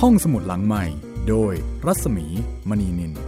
ห้องสมุดหลังใหม่โดยรัศมีมณีนิน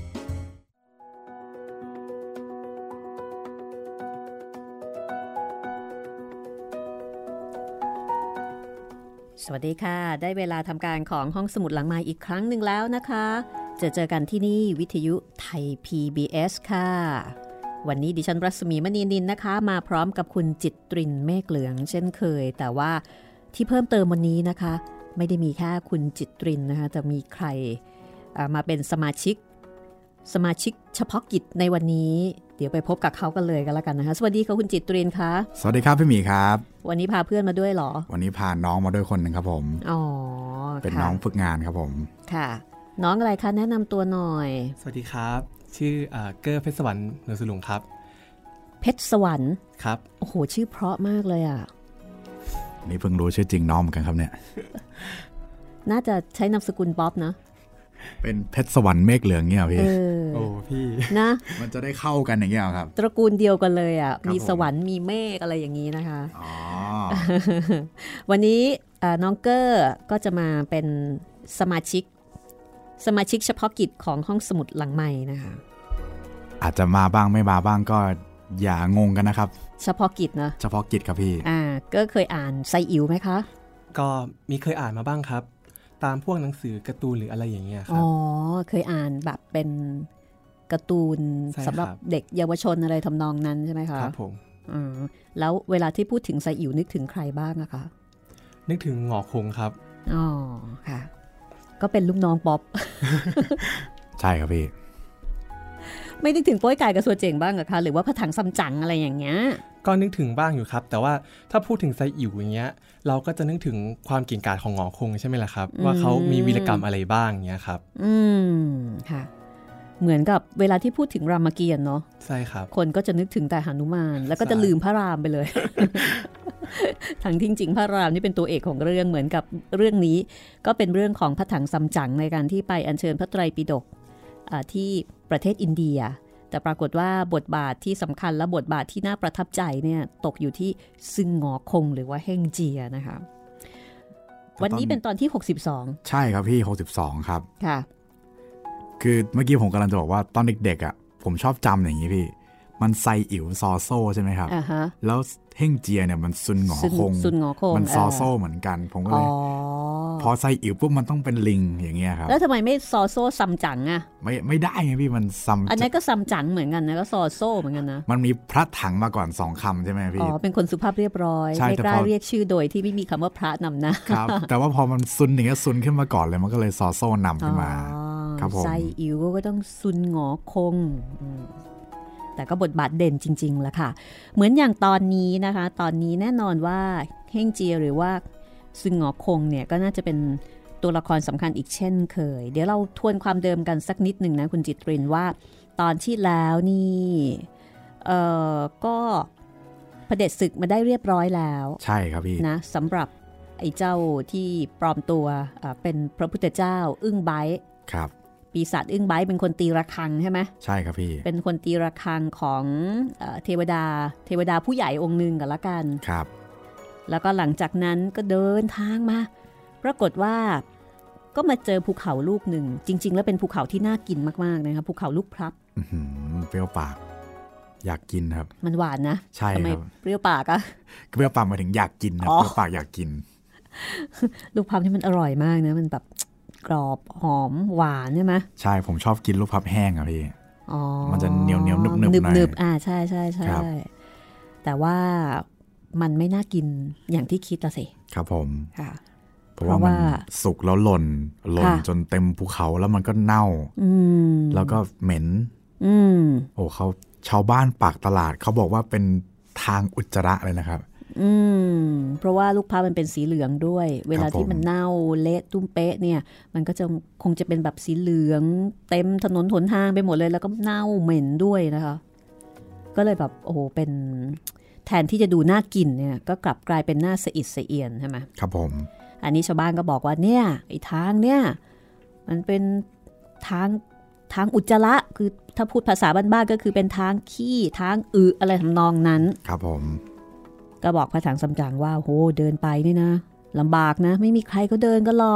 สวัสดีค่ะได้เวลาทำการของห้องสมุดหลังไมค์อีกครั้งหนึ่งแล้วนะคะเจอกันที่นี่วิทยุไทย PBS ค่ะวันนี้ดิฉันรัศมีมณีนินนะคะมาพร้อมกับคุณจิตรินเมฆเหลืองเช่นเคยแต่ว่าที่เพิ่มเติมวันนี้นะคะไม่ได้มีแค่คุณจิตรินนะคะจะมีใครมาเป็นสมาชิกเฉพาะกิจในวันนี้เดี๋ยวไปพบกับเขากันเลยกันแล้วกันนะคะสวัสดีค่ะคุณจิตรินคะสวัสดีครับพี่หมีครับวันนี้พาเพื่อนมาด้วยเหรอวันนี้พาน้องมาด้วยคนหนึ่งครับผมอ๋อเป็นน้องฝึกงานครับผมค่ะน้องอะไรคะแนะนำตัวหน่อยสวัสดีครับชื่อเกอร์เพชรสวรรค์เหนือสุลุงครับเพชรสวรรค์ครับโอ้โหชื่อเพราะมากเลยอ่ะนี่เพิ่งรู้ชื่อจริงน้องเหมือนกันครับเนี่ยน่าจะใช้นามสกุลป๊อปนะเป็นเพชรสวรรค์เมฆเหลืองเงี้ยพี่โอ้พี่นะมันจะได้เข้ากันอย่างเงี้ยครับตระกูลเดียวกันเลยอ่ะมีสวรรค์มีเมฆอะไรอย่างนี้นะคะอ๋อวันนี้น้องเกอร์ก็จะมาเป็นสมาชิกเฉพาะกิจของห้องสมุดหลังใหม่นะคะอาจจะมาบ้างไม่มาบ้างก็อย่างงกันนะครับเฉพาะกิจนะเฉพาะกิจครับพี่ก็เคยอ่านไซอิ๋วไหมคะก็มีเคยอ่านมาบ้างครับตามพวกหนังสือการ์ตูนหรืออะไรอย่างเงี้ยครับอ๋อเคยอ่านแบบเป็นการ์ตูนสำหรับเด็กเยาวชนอะไรทำนองนั้นใช่ไหมคะครับผมแล้วเวลาที่พูดถึงไซอิ๋วนึกถึงใครบ้างอะคะนึกถึงหงอคงครับอ๋อค่ะก็เป็นลูกน้องป๊อปใช่ครับพี่ไม่นึกถึงโป้ยไก่กับสัวเจ๋งบ้างเหรอคะหรือว่าพระถังซัมจั๋งอะไรอย่างเงี้ยก็นึกถึงบ้างอยู่ครับแต่ว่าถ้าพูดถึงไซอิ๋วอย่างเงี้ยเราก็จะนึกถึงความเก่งกาจของหงอคงใช่ไหมล่ะครับว่าเขามีวีรกรรมอะไรบ้างเงี้ยครับค่ะเหมือนกับเวลาที่พูดถึงรามเกียรติ์เนาะใช่ครับคนก็จะนึกถึงแต่หนุมานแล้วก็จะลืมพระรามไปเลย ทั้งที่จริงพระรามนี่เป็นตัวเอกของเรื่องเหมือนกับเรื่องนี้ก็เป็นเรื่องของพระถังซัมจั๋งในการที่ไปอัญเชิญพระไตรปิฎกที่ประเทศอินเดียแต่ปรากฏว่าบทบาทที่สำคัญและบทบาทที่น่าประทับใจเนี่ยตกอยู่ที่ซึงหงอคงหรือว่าเฮ่งเจียนะคะวันนี้เป็นตอนที่62 ใช่ครับพี่62ครับค่ะคือเมื่อกี้ผมกำลังจะบอกว่าตอนเด็กๆอ่ะผมชอบจำอย่างนี้พี่มันไซอิ๋วซอโซ่ใช่ไหมครับแล้วเฮ่งเจียเนี่ยมันซุนหงอคงมันซอโซ่เหมือนกันผมก็เลยพอไซอิ๋วปุ๊บมันต้องเป็นลิงอย่างเงี้ยครับแล้วทำไมไม่ซอโซ่ซัมจั๋งอ่ะไม่ได้ไงพี่มันซัมอันนี้ก็ซัมจั๋งเหมือนกันนะก็ซอโซ่เหมือนกันนะมันมีพระถังมาก่อน2คำใช่ไหมพี่อ๋อเป็นคนสุภาพเรียบร้อยไม่กล้าเรียกชื่อโดยที่ไม่มีคำว่าพระนำหน้าครับแต่ว่าพอมันซุนอย่างเงี้ยซุนขึ้นมาก่อนเลยมันก็เลยซอโซ่นำขึ้นมาครับผมไซอิ๋วก็ต้องซุนหงอคงแต่ก็บทบาทเด่นจริงๆแหละค่ะเหมือนอย่างตอนนี้นะคะตอนนี้แน่นอนว่าเฮ่งเจียหรือว่าซึงหงอคงเนี่ยก็น่าจะเป็นตัวละครสำคัญอีกเช่นเคยเดี๋ยวเราทวนความเดิมกันสักนิดหนึ่งนะคุณจิตรินว่าตอนที่แล้วนี่ก็เผด็จศึกมาได้เรียบร้อยแล้วใช่ครับพี่นะสำหรับไอ้เจ้าที่ปลอมตัวเป็นพระพุทธเจ้าอึ้งไบท์ครับปีศาจอึ้งไบท์เป็นคนตีระฆังใช่ไหมใช่ครับพี่เป็นคนตีระฆังของเทวดาผู้ใหญ่องค์หนึ่งกันละกันครับแล้วก็หลังจากนั้นก็เดินทางมาปรากฏว่าก็มาเจอภูเขาลูกหนึ่งจริงๆแล้วเป็นภูเขาที่น่ากินมากๆนะครับภูเขาลูกพลับเปรี้ยวปากอยากกินครับมันหวานนะใช่ครับทำไมเปรี้ยวปากอะเปรี้ยวปากมาถึงอยากกินนะเปรี้ยวปากอยากกินลูกพลับนี่มันอร่อยมากนะมันแบบกรอบหอมหวานใช่ไหมใช่ผมชอบกินลูกพลับแห้งอะพี่มันจะเหนียวหนึบหน่อยใช่ใช่ใช่แต่ว่ามันไม่น่ากินอย่างที่คิดละสิครับผมค่ะเพราะว่ามันสุกแล้วหล่นจนเต็มภูเขาแล้วมันก็เน่าแล้วก็เหม็นโอ้เขาชาวบ้านปากตลาดเขาบอกว่าเป็นทางอุจจาระเลยนะครับเพราะว่าลูกพลับมันเป็นสีเหลืองด้วยเวลาที่มันเน่าเละตุ้มเป๊ะเนี่ยมันก็จะคงจะเป็นแบบสีเหลืองเต็มถนนหนทางไปหมดเลยแล้วก็เน่าเหม็นด้วยนะคะก็เลยแบบโอ้โหเป็นแทนที่จะดูน่ากินเนี่ยก็กลับกลายเป็นน่าสะอิดสะเอียนใช่ไหมครับผมอันนี้ชาวบ้านก็บอกว่าเนี่ยไอ้ทางเนี่ยมันเป็นทางอุจจาระคือถ้าพูดภาษาบ้านๆก็คือเป็นทางขี้ทางอึอะไรทำนองนั้นครับผมก็บอกพระถังซัมจั๋งว่าโหเดินไปนี่นะลำบากนะไม่มีใครก็เดินก็หรอก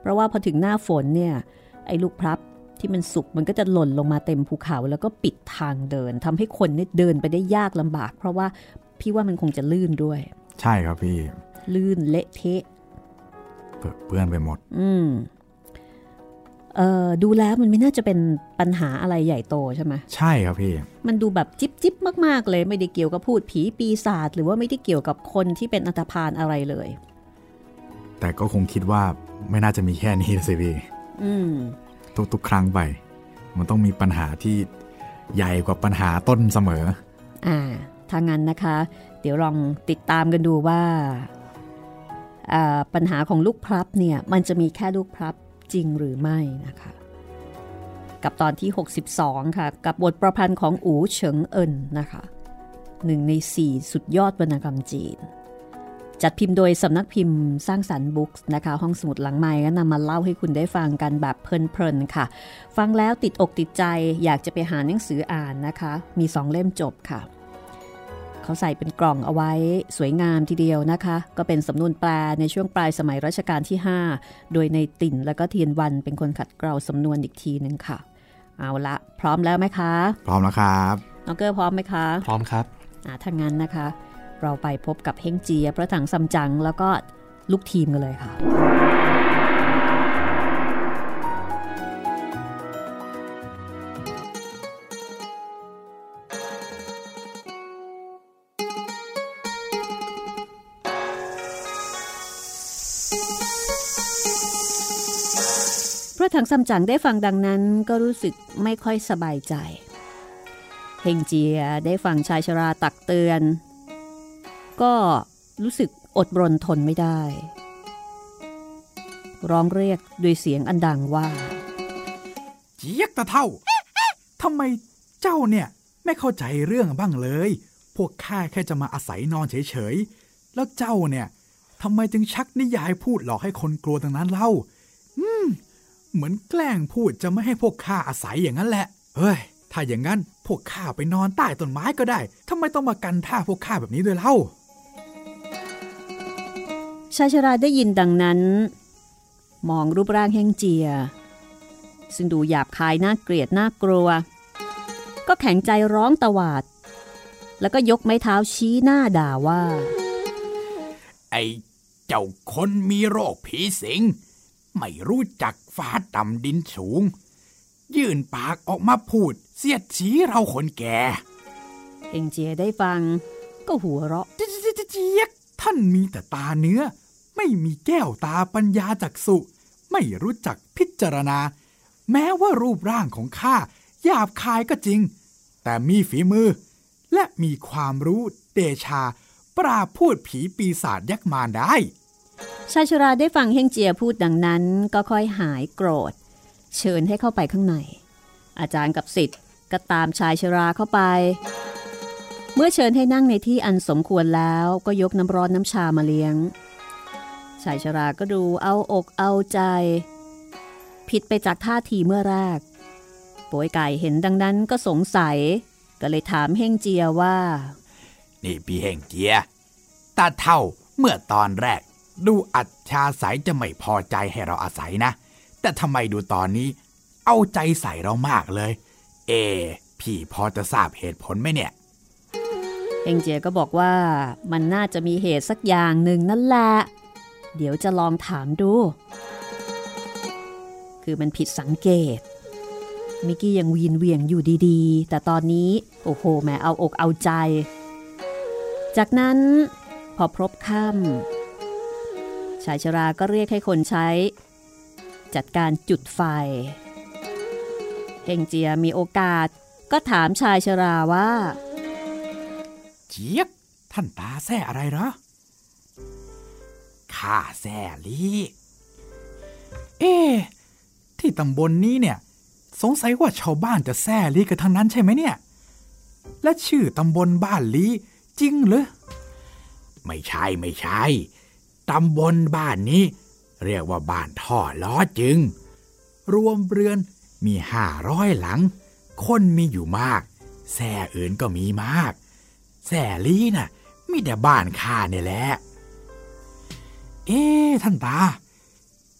เพราะว่าพอถึงหน้าฝนเนี่ยไอ้ลูกพลับที่มันสุกมันก็จะหล่นลงมาเต็มภูเขาแล้วก็ปิดทางเดินทำให้คนเนี่ยเดินไปได้ยากลำบากเพราะว่าพี่ว่ามันคงจะลื่นด้วยใช่ครับพี่ลื่นเละเทะเปื้อนไปหมดดูแล้วมันไม่น่าจะเป็นปัญหาอะไรใหญ่โตใช่ไหมใช่ครับพี่มันดูแบบจิ๊บมากๆเลยไม่ได้เกี่ยวกับพูดผีปีศาจหรือว่าไม่ได้เกี่ยวกับคนที่เป็นอันธพาลอะไรเลยแต่ก็คงคิดว่าไม่น่าจะมีแค่นี้สิพี่ทุกครั้งไปมันต้องมีปัญหาที่ใหญ่กว่าปัญหาต้นเสมอถ้างั้นนะคะเดี๋ยวลองติดตามกันดูว่าปัญหาของลูกพลับเนี่ยมันจะมีแค่ลูกพลับจริงหรือไม่นะคะกับตอนที่62ค่ะกับบทประพันธ์ของอู๋เฉิงเอินนะคะ1 ใน 4สุดยอดวรรณกรรมจีนจัดพิมพ์โดยสำนักพิมพ์สร้างสรรค์บุ๊กส์นะคะห้องสมุดหลังไมค์ก็นำมาเล่าให้คุณได้ฟังกันแบบเพลินๆค่ะฟังแล้วติดอกติดใจอยากจะไปหาหนังสืออ่านนะคะมี2เล่มจบค่ะเขาใส่เป็นกล่องเอาไว้สวยงามทีเดียวนะคะก็เป็นสำนวนแปลในช่วงปลายสมัยรัชกาลที่5โดยในติ่นและก็เทียนวันเป็นคนขัดเกลาสำนวนอีกทีนึงค่ะเอาละพร้อมแล้วไหมคะพร้อมแล้วครับน้องเกอร์พร้อมไหมคะพร้อมครับถ้างั้นนะคะเราไปพบกับเฮงเจียพระถังซัมจั๋งแล้วก็ลูกทีมกันเลยค่ะพระถังซัมจั๋งได้ฟังดังนั้นก็รู้สึกไม่ค่อยสบายใจเฮงเจียได้ฟังชายชราตักเตือนก็รู้สึกอดรนทนไม่ได้ร้องเรียกด้วยเสียงอันดังว่าเจี๊ยกตะเท่าทำไมเจ้าเนี่ยไม่เข้าใจเรื่องบ้างเลยพวกข้าแค่จะมาอาศัยนอนเฉยๆแล้วเจ้าเนี่ยทำไมจึงชักนิยายพูดหลอกให้คนกลัวดังนั้นเล่าเหมือนแกล้งพูดจะไม่ให้พวกข้าอาศัยอย่างนั้นแหละเฮ้ยถ้าอย่างนั้นพวกข้าไปนอนใต้ต้นไม้ก็ได้ทำไมต้องมากันท่าพวกข้าแบบนี้ด้วยเล่าชายชราได้ยินดังนั้นมองรูปร่างเฮงเจียซึ่งดูหยาบคายน่าเกลียดน่ากลัวก็แข็งใจร้องตวาดแล้วก็ยกไม้เท้าชี้หน้าด่าว่าไอ้เจ้าคนมีโรคผีสิงไม่รู้จักฟ้าต่ำดินสูงยื่นปากออกมาพูดเสียดสีเราคนแก่เฮงเจียได้ฟังก็หัวเราะเจี๊ยกท่านมีแต่ตาเนื้อไม่มีแก้วตาปัญญาจักษุไม่รู้จักพิจารณาแม้ว่ารูปร่างของข้าหยาบคายก็จริงแต่มีฝีมือและมีความรู้เดชาปราบพูดผีปีศาจยักษ์มารได้ชายชราได้ฟังเฮงเจียพูดดังนั้นก็ค่อยหายโกรธเชิญให้เข้าไปข้างในอาจารย์กับศิษย์ก็ตามชายชราเข้าไปเมื่อเชิญให้นั่งในที่อันสมควรแล้วก็ยกน้ำร้อนน้ำชามาเลี้ยงชายชราก็ดูเอาอกเอาใจผิดไปจากท่าทีเมื่อแรกป่วยไก่เห็นดังนั้นก็สงสัยก็เลยถามเฮงเจียว่านี่พี่เฮงเจียตาเท่าเมื่อตอนแรกดูอัจฉริยะจะไม่พอใจให้เราอาศัยนะแต่ทำไมดูตอนนี้เอาใจใส่เรามากเลยพี่พอจะทราบเหตุผลไหมเนี่ยเฮงเจียก็บอกว่ามันน่าจะมีเหตุสักอย่างหนึ่งนั่นแหละเดี๋ยวจะลองถามดูคือมันผิดสังเกตมิกกี้ยังวีนเวียงอยู่ดีๆแต่ตอนนี้โอ้โหแม่เอาอกเอาใจจากนั้นพอพบค่ำชายชราก็เรียกให้คนใช้จัดการจุดไฟเฮงเจียมีโอกาสก็ถามชายชราว่าเจี๊ยบท่านตาแซ่อะไรเหรอข้าแซ่ลี่ที่ตำบลนี้เนี่ยสงสัยว่าชาวบ้านจะแซ่ลี่กันทั้งนั้นใช่ไหมเนี่ยและชื่อตำบลบ้านลี่จริงหรือไม่ใช่ตำบลบ้านนี้เรียกว่าบ้านท่อล้อจึงรวมเรือนมี500หลังคนมีอยู่มากแซ่อื่นก็มีมากแซ่ลี่น่ะมีแต่บ้านข้าเนี่ยแหละท่านตา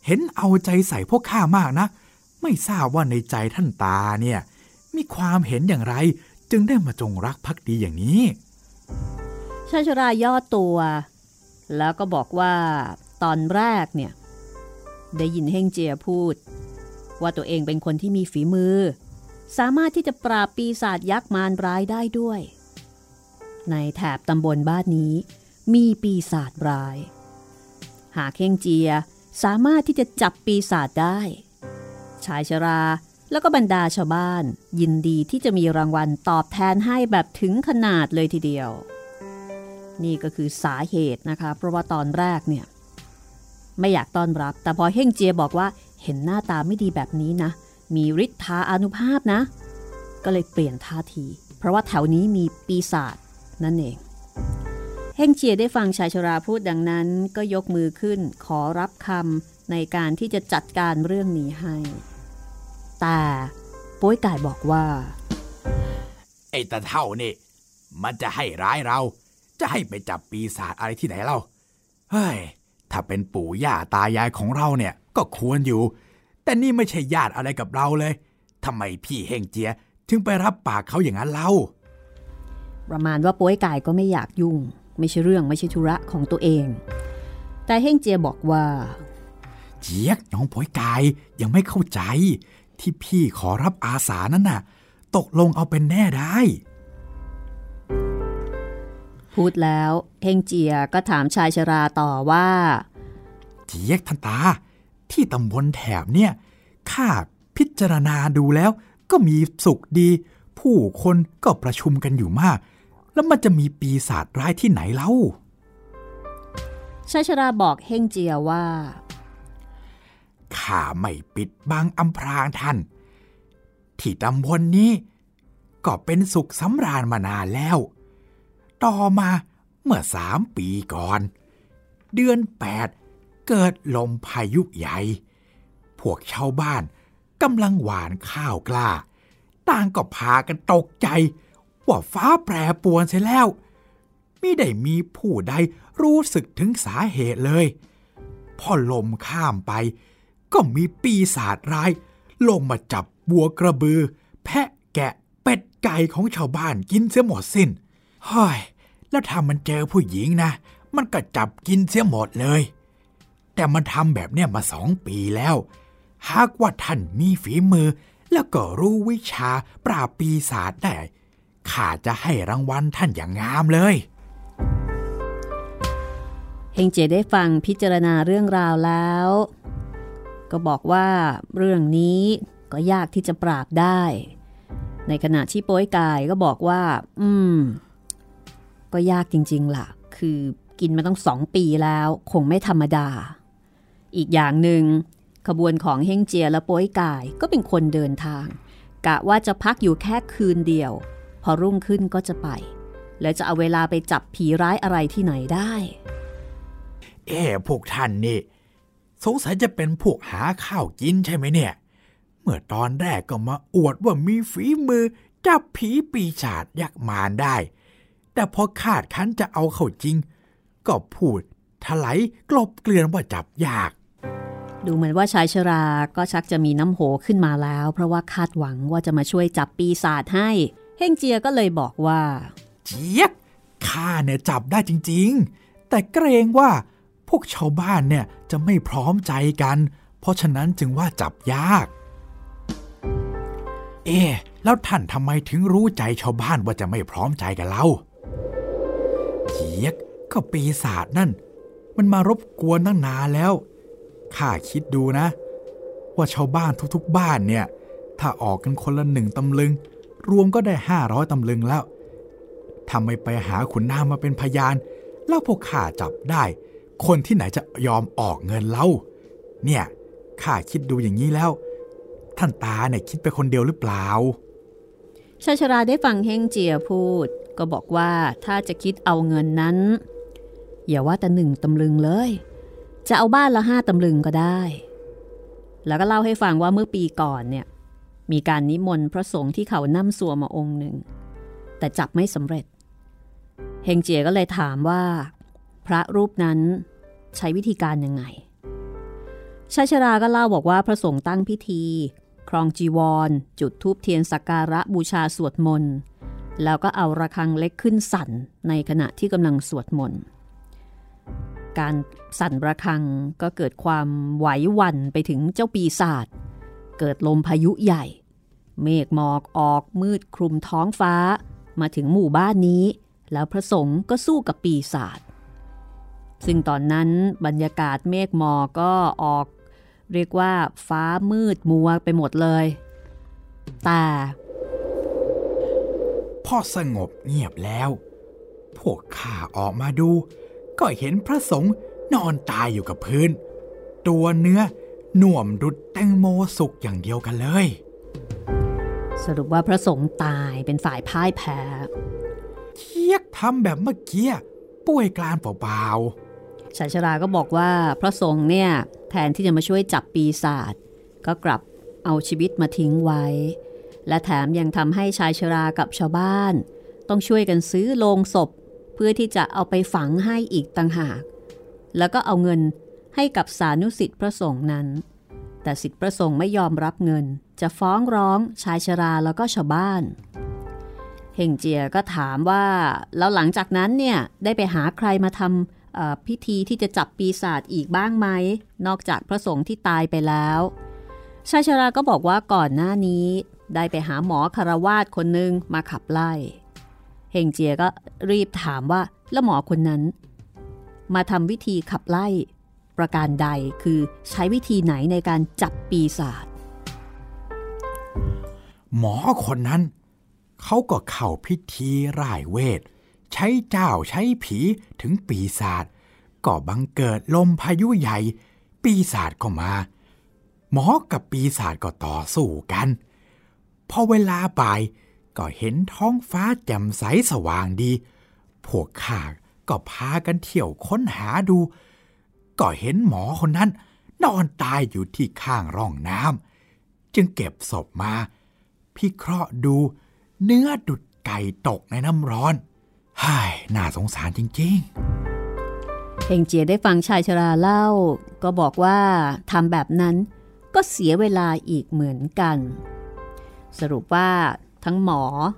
เห็นเอาใจใส่พวกข้ามากนะไม่ทราบว่าในใจท่านตาเนี่ยมีความเห็นอย่างไรจึงได้มาจงรักภักดีอย่างนี้ชายชราย่อตัวแล้วก็บอกว่าตอนแรกเนี่ยได้ยินเฮ่งเจียพูดว่าตัวเองเป็นคนที่มีฝีมือสามารถที่จะปราบปีศาจยักษ์มารร้ายได้ด้วยในแถบตำบลบ้านนี้มีปีศาจร้ายหากเฮ่งเจียสามารถที่จะจับปีศาจได้ชายชราแล้วก็บรรดาชาวบ้านยินดีที่จะมีรางวัลตอบแทนให้แบบถึงขนาดเลยทีเดียวนี่ก็คือสาเหตุนะคะเพราะว่าตอนแรกเนี่ยไม่อยากต้อนรับแต่พอเฮ่งเจียบอกว่าเห็นหน้าตาไม่ดีแบบนี้นะมีฤทธาอานุภาพนะก็เลยเปลี่ยนท่าทีเพราะว่าแถวนี้มีปีศาจนั่นเองเฮ่งเจียได้ฟังชายชราพูดดังนั้นก็ยกมือขึ้นขอรับคำในการที่จะจัดการเรื่องนี้ให้แต่โป้ยก่ายบอกว่าไอ้ตาเท่านี่มันจะให้ร้ายเราจะให้ไปจับปีศาจอะไรที่ไหนเล่าเฮ้ยถ้าเป็นปู่ย่าตายายของเราเนี่ยก็ควรอยู่แต่นี่ไม่ใช่ญาติอะไรกับเราเลยทำไมพี่เฮ่งเจียถึงไปรับปากเขาอย่างนั้นเล่าประมาณว่าโป้ยก่ายก็ไม่อยากยุ่งไม่ใช่เรื่องไม่ใช่ธุระของตัวเองแต่เฮ่งเจียบอกว่าเจี๊ยกน้องโป้ยก่ายยังไม่เข้าใจที่พี่ขอรับอาสานั้นน่ะตกลงเอาเป็นแน่ได้พูดแล้วเฮ่งเจียก็ถามชายชราต่อว่าเจี๊ยกท่านตาที่ตำบลแถบเนี่ยข้าพิจารณาดูแล้วก็มีสุขดีผู้คนก็ประชุมกันอยู่มากแล้วมันจะมีปีศาจร้ายที่ไหนเล่าชายชราบอกเฮ่งเจียว่าข้าไม่ปิดบังอำพรางท่านที่ตำบลนี้ก็เป็นสุขสำราญมานานแล้วต่อมาเมื่อ3 ปีก่อนเดือน8เกิดลมพายุใหญ่พวกชาวบ้านกำลังหว่านข้าวกล้าต่างก็พากันตกใจว่าฟ้าแปรปรวนเสียแล้วมิได้มีผู้ใดรู้สึกถึงสาเหตุเลยพอลมข้ามไปก็มีปีศาจร้ายลงมาจับวัวกระบือแพะแกะเป็ดไก่ของชาวบ้านกินเสียหมดสิ้นเฮ้ยแล้วถ้ามันเจอผู้หญิงนะมันก็จับกินเสียหมดเลยแต่มันทำแบบเนี้ยมา2 ปีแล้วหากว่าท่านมีฝีมือแล้วก็รู้วิชาปราบปีศาจได้ข้าจะให้รางวัลท่านอย่างงามเลยเฮงเจได้ฟังพิจารณาเรื่องราวแล้วก็บอกว่าเรื่องนี้ก็ยากที่จะปราบได้ในขณะที่โป้ยก่ายก็บอกว่าก็ยากจริงๆล่ะคือกินมาต้อง2 ปีแล้วคงไม่ธรรมดาอีกอย่างหนึ่งขบวนของเฮ่งเจียและโป้ยก่ายก็เป็นคนเดินทางกะว่าจะพักอยู่แค่คืนเดียวพอรุ่งขึ้นก็จะไปแล้วจะเอาเวลาไปจับผีร้ายอะไรที่ไหนได้พวกท่านนี่สงสัยจะเป็นพวกหาข้าวกินใช่ไหมเนี่ยเมื่อตอนแรกก็มาอวดว่ามีฝีมือจับผีปีศาจยักษ์มารได้แต่พอคาดคั้นจะเอาเข้าจริงก็พูดถลายกลบเกลื่อนว่าจับยากดูเหมือนว่าชายชราก็ชักจะมีน้ำโหขึ้นมาแล้วเพราะว่าคาดหวังว่าจะมาช่วยจับปีศาจให้เฮ่งเจียก็เลยบอกว่าเจี๊ยบข้าเนี่ยจับได้จริงๆแต่เกรงว่าพวกชาวบ้านเนี่ยจะไม่พร้อมใจกันเพราะฉะนั้นจึงว่าจับยากแล้วท่านทำไมถึงรู้ใจชาวบ้านว่าจะไม่พร้อมใจกันเล่าเจี๊ยบก็ปีศาจนั่นมันมารบกวนตั้งนานแล้วข้าคิดดูนะว่าชาวบ้านทุกๆบ้านเนี่ยถ้าออกกันคนละ1 ตำลึงรวมก็ได้500 ตำลึงแล้วทำไมไปหาขุนนางมาเป็นพยานแล้วพวกข้าจับได้คนที่ไหนจะยอมออกเงินเล่าเนี่ยข้าคิดดูอย่างนี้แล้วท่านตาเนี่ยคิดไปคนเดียวหรือเปล่าชายชราได้ฟังเฮ่งเจียพูดก็บอกว่าถ้าจะคิดเอาเงินนั้นอย่าว่าแต่1 ตำลึงเลยจะเอาบ้านละ5 ตำลึงก็ได้แล้วก็เล่าให้ฟังว่าเมื่อปีก่อนเนี่ยมีการนิมนต์พระสงฆ์ที่เขานำสัวมาองค์หนึ่งแต่จับไม่สำเร็จเฮงเจียก็เลยถามว่าพระรูปนั้นใช้วิธีการยังไงชายชราก็เล่าบอกว่าพระสงฆ์ตั้งพิธีครองจีวรจุดธูปเทียนสักการะบูชาสวดมนต์แล้วก็เอาระฆังเล็กขึ้นสั่นในขณะที่กำลังสวดมนต์การสั่นระฆังก็เกิดความไหวหวั่นไปถึงเจ้าปีศาจเกิดลมพายุใหญ่เมฆหมอกออกมืดคลุมท้องฟ้ามาถึงหมู่บ้านนี้แล้วพระสงฆ์ก็สู้กับปีศาจซึ่งตอนนั้นบรรยากาศเมฆหมอกก็ออกเรียกว่าฟ้ามืดมัวไปหมดเลยแต่พอสงบเงียบแล้วพวกข้าออกมาดูก็เห็นพระสงฆ์นอนตายอยู่กับพื้นตัวเนื้อหน่วมดุจแตงโมสุกอย่างเดียวกันเลยสรุปว่าพระสงฆ์ตายเป็นฝ่ายพ่ายแพ้เทียกทำแบบเมื่อกี้ป่วยกลานเปล่าชายชราก็บอกว่าพระสงฆ์เนี่ยแทนที่จะมาช่วยจับปีศาจก็กลับเอาชีวิตมาทิ้งไว้และแถมยังทำให้ชายชรากับชาวบ้านต้องช่วยกันซื้อโลงศพเพื่อที่จะเอาไปฝังให้อีกต่างหากแล้วก็เอาเงินให้กับสานุสิทธิพระสงฆ์นั้นแต่สิทธิพระสงฆ์ไม่ยอมรับเงินจะฟ้องร้องชายชราแล้วก็ชาวบ้านเฮงเจียก็ถามว่าแล้วหลังจากนั้นเนี่ยได้ไปหาใครมาทำพิธีที่จะจับปีศาจอีกบ้างไหมนอกจากพระสงฆ์ที่ตายไปแล้วชายชราก็บอกว่าก่อนหน้านี้ได้ไปหาหมอคารวาสคนนึงมาขับไล่เฮงเจียก็รีบถามว่าแล้วหมอคนนั้นมาทำวิธีขับไล่ประการใดคือใช้วิธีไหนในการจับปีศาจหมอคนนั้นเขาก็เข้าพิธีร่ายเวทใช้เจ้าใช้ผีถึงปีศาจก็บังเกิดลมพายุใหญ่ปีศาจก็มาหมอกับปีศาจก็ต่อสู้กันพอเวลาบ่ายก็เห็นท้องฟ้าแจ่มใสสว่างดีพวกข้าก็พากันเที่ยวค้นหาดูก็เห็นหมอคนนั้นนอนตายอยู่ที่ข้างร่องน้ำจึงเก็บศพมาพิเคราะห์ดูเนื้อดุจไก่ตกในน้ำร้อนฮ่ายน่าสงสารจริงๆเฮงเจียได้ฟังชายชราเล่าก็บอกว่าทำแบบนั้นก็เสียเวลาอีกเหมือนกันสรุปว่าทั้งห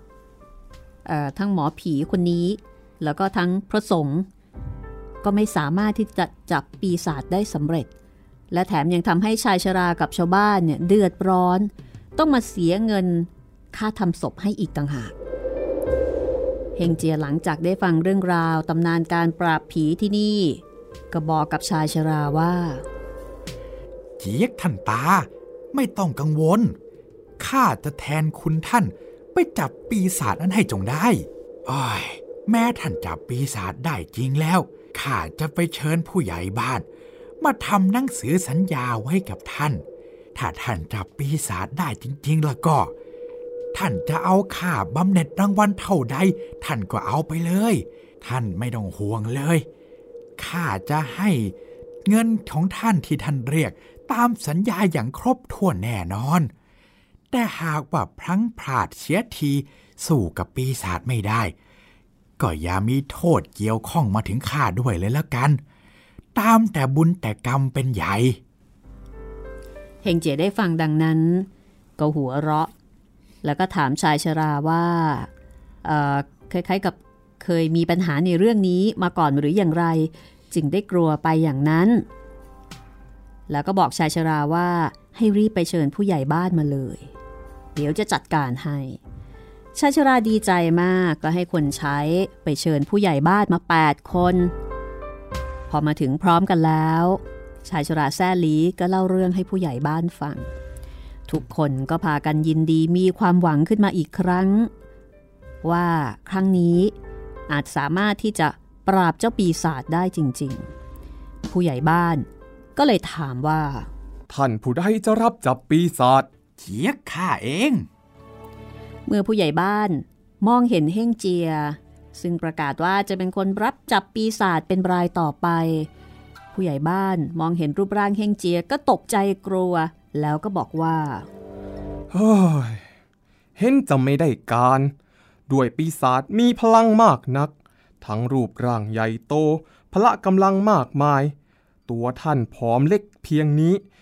มอผีคนนี้แล้วก็ทั้งพระสงฆ์ก็ไม่สามารถที่จะจับปีศาจได้สำเร็จและแถมยังทำให้ชายชรากับชาวบ้านเนี่ยเดือดร้อนต้องมาเสียเงินค่าทำศพให้อีกต่างหากเฮงเจียหลังจากได้ฟังเรื่องราวตำนานการปราบผีที่นี่ก็บอกกับชายชราว่าเจี๊ยกท่านตาไม่ต้องกังวลข้าจะแทนคุณท่านไปจับปีศาจนั้นให้จงได้อ้อยแม้ท่านจับปีศาจได้จริงแล้วข้าจะไปเชิญผู้ใหญ่บ้านมาทำหนังสือสัญญาไว้กับท่านถ้าท่านจับปีศาจได้จริงๆแล้วก็ท่านจะเอาค่าบำเหน็จรางวัลเท่าใดท่านก็เอาไปเลยท่านไม่ต้องห่วงเลยข้าจะให้เงินของท่านที่ท่านเรียกตามสัญญาอย่างครบถ้วนแน่นอนแต่หากว่าพลั้งพลาดเสียทีสู้กับปีศาจไม่ได้ก็อย่ามีโทษเกี่ยวข้องมาถึงข้าด้วยเลยละกันตามแต่บุญแต่กรรมเป็นใหญ่เฮงเจี๋ยได้ฟังดังนั้นก็หัวเราะแล้วก็ถามชายชราว่าคล้ายๆกับเคยมีปัญหาในเรื่องนี้มาก่อนหรืออย่างไรจึงได้กลัวไปอย่างนั้นแล้วก็บอกชายชราว่าให้รีบไปเชิญผู้ใหญ่บ้านมาเลยเดี๋ยวจะจัดการให้ชายชราดีใจมากก็ให้คนใช้ไปเชิญผู้ใหญ่บ้านมา8คนพอมาถึงพร้อมกันแล้วชายชราแซ่ลีก็เล่าเรื่องให้ผู้ใหญ่บ้านฟังทุกคนก็พากันยินดีมีความหวังขึ้นมาอีกครั้งว่าครั้งนี้อาจสามารถที่จะปราบเจ้าปีศาจได้จริงๆผู้ใหญ่บ้านก็เลยถามว่าท่านผู้ใดจะรับจับปีศาจเจี๊ยกข้าเองเมื่อผู้ใหญ่บ้านมองเห็นเฮ่งเจียซึ่งประกาศว่าจะเป็นคนรับจับปีศาจเป็นรายต่อไปผู้ใหญ่บ้านมองเห็นรูปร่างเฮ่งเจียก็ตกใจกลัวแล้วก็บอกว่าเฮ้ยเห็นจะไม่ได้การด้วยปีศาจมีพลังมากนักทั้งรูปร่างใหญ่โตพละกำลังมากมายตัวท่านผอมเล็กเพียงนี้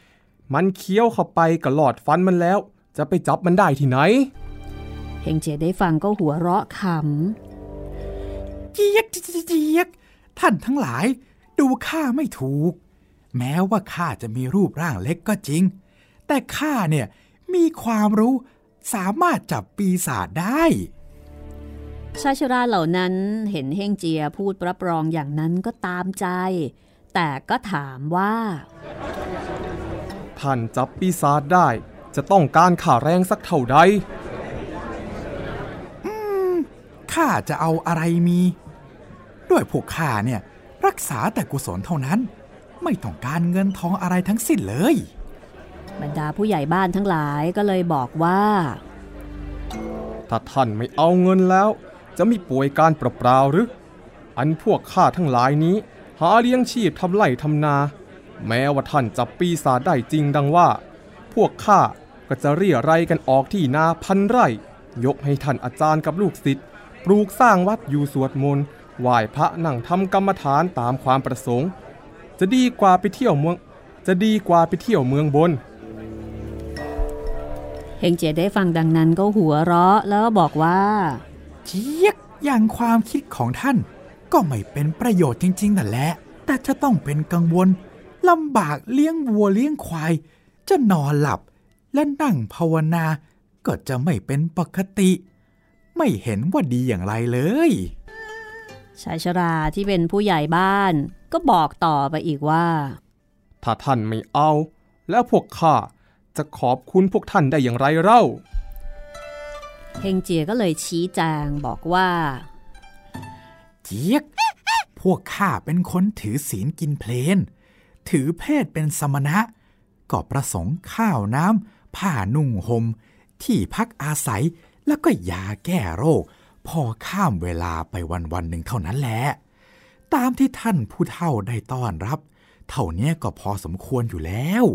มันเคี้ยวเข้าไปก็หลอดฟันมันแล้วจะไปจับมันได้ที่ไหนเฮงเจียได้ฟังก็หัวเราะขำเจี๊ยกท่านทั้งหลายดูข้าไม่ถูกแม้ว่าข้าจะมีรูปร่างเล็กก็จริงแต่ข้าเนี่ยมีความรู้สามารถจับปีศาจได้ชายชราเหล่านั้นเห็นเฮงเจียพูดรับรองอย่างนั้นก็ตามใจแต่ก็ถามว่าท่านจับปีศาจได้จะต้องการค่าแรงสักเท่าใดข้าจะเอาอะไรมีด้วยพวกข้าเนี่ยรักษาแต่กุศลเท่านั้นไม่ต้องการเงินทองอะไรทั้งสิ้นเลยบรรดาผู้ใหญ่บ้านทั้งหลายก็เลยบอกว่าถ้าท่านไม่เอาเงินแล้วจะมีป่วยการเปล่าๆหรืออันพวกข้าทั้งหลายนี้หาเลี้ยงชีพทำไร่ทำนาแม้ว่าท่านจับปีศาจได้จริงดังว่าพวกข้าก็จะเรี่ยไรกันออกที่นาพันไร่ยกให้ท่านอาจารย์กับลูกศิษย์ปลูกสร้างวัดอยู่สวดมนต์ไหว้พระนั่งทำกรรมฐานตามความประสงค์จะดีกว่าไปเที่ยวเมืองบนเฮงเจียได้ฟังดังนั้นก็หัวเราะแล้วบอกว่าเจี๊ยกอย่างความคิดของท่านก็ไม่เป็นประโยชน์จริงๆนั่นแหละแต่จะต้องเป็นกังวลลำบากเลี้ยงวัวเลี้ยงควายจะนอนหลับและนั่งภาวนาก็จะไม่เป็นปกติไม่เห็นว่าดีอย่างไรเลยชายชราที่เป็นผู้ใหญ่บ้านก็บอกต่อไปอีกว่าถ้าท่านไม่เอาแล้วพวกข้าจะขอบคุณพวกท่านได้อย่างไรเล่าเฮงเจียก็เลยชี้แจงบอกว่าเจี๊ยกพวกข้าเป็นคนถือศีลกินเพลนถือเพศเป็นสมณะก็ประสงค์ข้าวน้ำผ้านุ่งห่มที่พักอาศัยแล้วก็ยาแก้โรคพอข้ามเวลาไปวันๆหนึ่งเท่านั้นแหละตามที่ท่านผู้เฒ่าได้ต้อนรับเท่านี้ก็พอสมควรอยู่แล้ว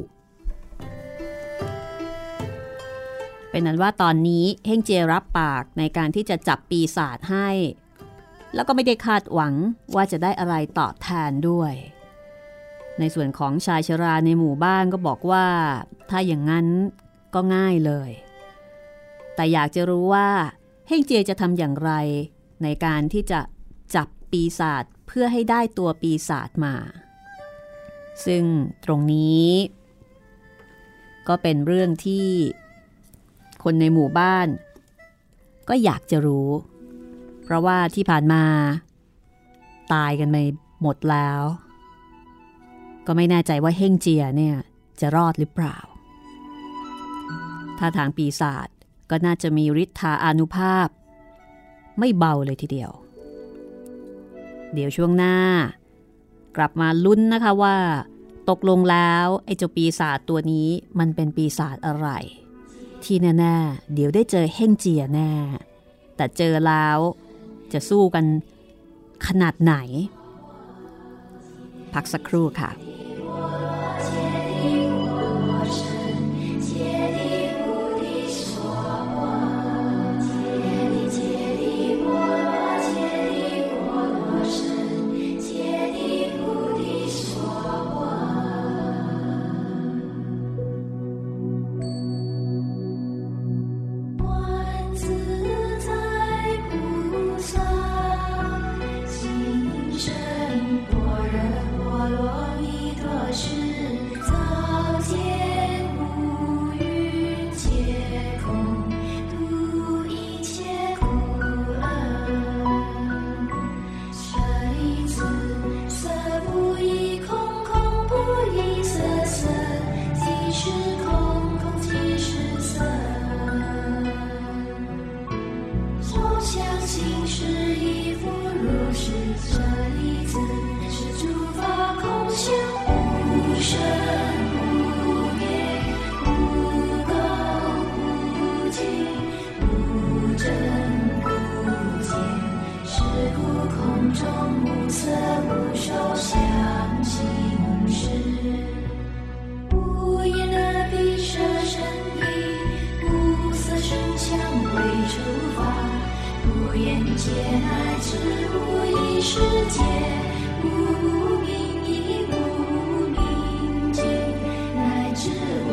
เป็นนั้นว่าตอนนี้เฮงเจียรับปากในการที่จะจับปีศาจให้แล้วก็ไม่ได้คาดหวังว่าจะได้อะไรตอบแทนด้วยในส่วนของชายชราในหมู่บ้านก็บอกว่าถ้าอย่างนั้นก็ง่ายเลยแต่อยากจะรู้ว่าเฮงเจียจะทำอย่างไรในการที่จะจับปีศาจเพื่อให้ได้ตัวปีศาจมาซึ่งตรงนี้ก็เป็นเรื่องที่คนในหมู่บ้านก็อยากจะรู้เพราะว่าที่ผ่านมาตายกันไปหมดแล้วก็ไม่แน่ใจว่าเฮงเจียเนี่ยจะรอดหรือเปล่าถ้าทางปีศาจก็น่าจะมีฤทธาอานุภาพไม่เบาเลยทีเดียวเดี๋ยวช่วงหน้ากลับมาลุ้นนะคะว่าตกลงแล้วไอ้เจ้าปีศาจตัวนี้มันเป็นปีศาจอะไรที่แน่ๆเดี๋ยวได้เจอเฮงเจียแน่แต่เจอแล้วจะสู้กันขนาดไหนพักสักครู่ค่ะ无名亦无明尽，乃至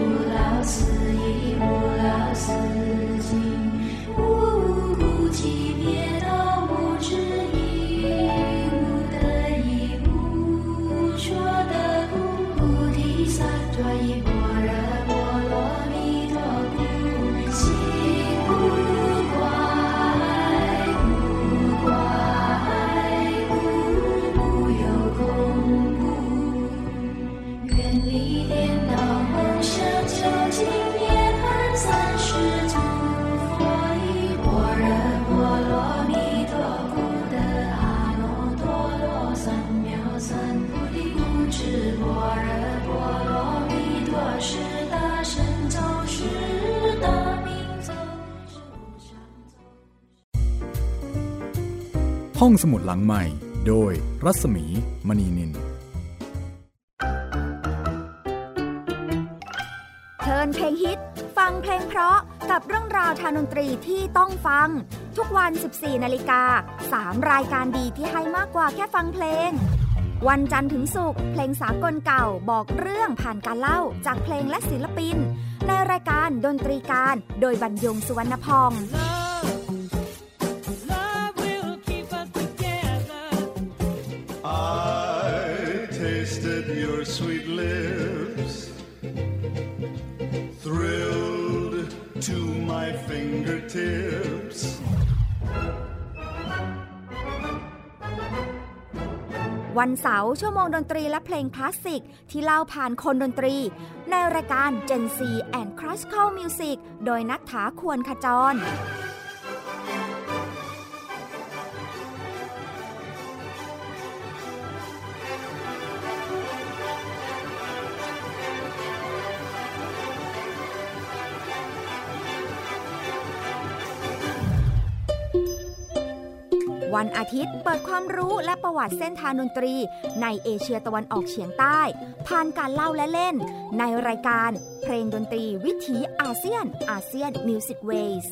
ห้องสมุดหลังใหม่โดยรัศมีมณีนินเทิร์นเพลงฮิตฟังเพลงเพราะกับเรื่องราวทางดนตรีที่ต้องฟังทุกวัน 14 นาฬิกา 3 รายการดีที่ให้มากกว่าแค่ฟังเพลงวันจันทร์ถึงศุกร์เพลงสากลเก่าบอกเรื่องผ่านการเล่าจากเพลงและศิลปินในรายการดนตรีการโดยบรรยงสุวรรณพอง Your sweet lips thrilled to my fingertips วันเสาร์ชั่วโมงดนตรีและเพลงคลาสสิกที่เล่าผ่านคนดนตรีในรายการ Gen Z and Classical Music โดยณัฐฐา ควรขจรวันอาทิตย์เปิดความรู้และประวัติเส้นทางดนตรีในเอเชียตะวันออกเฉียงใต้ผ่านการเล่าและเล่นในรายการเพลงดนตรีวิถีอาเซียน ASEAN Music Ways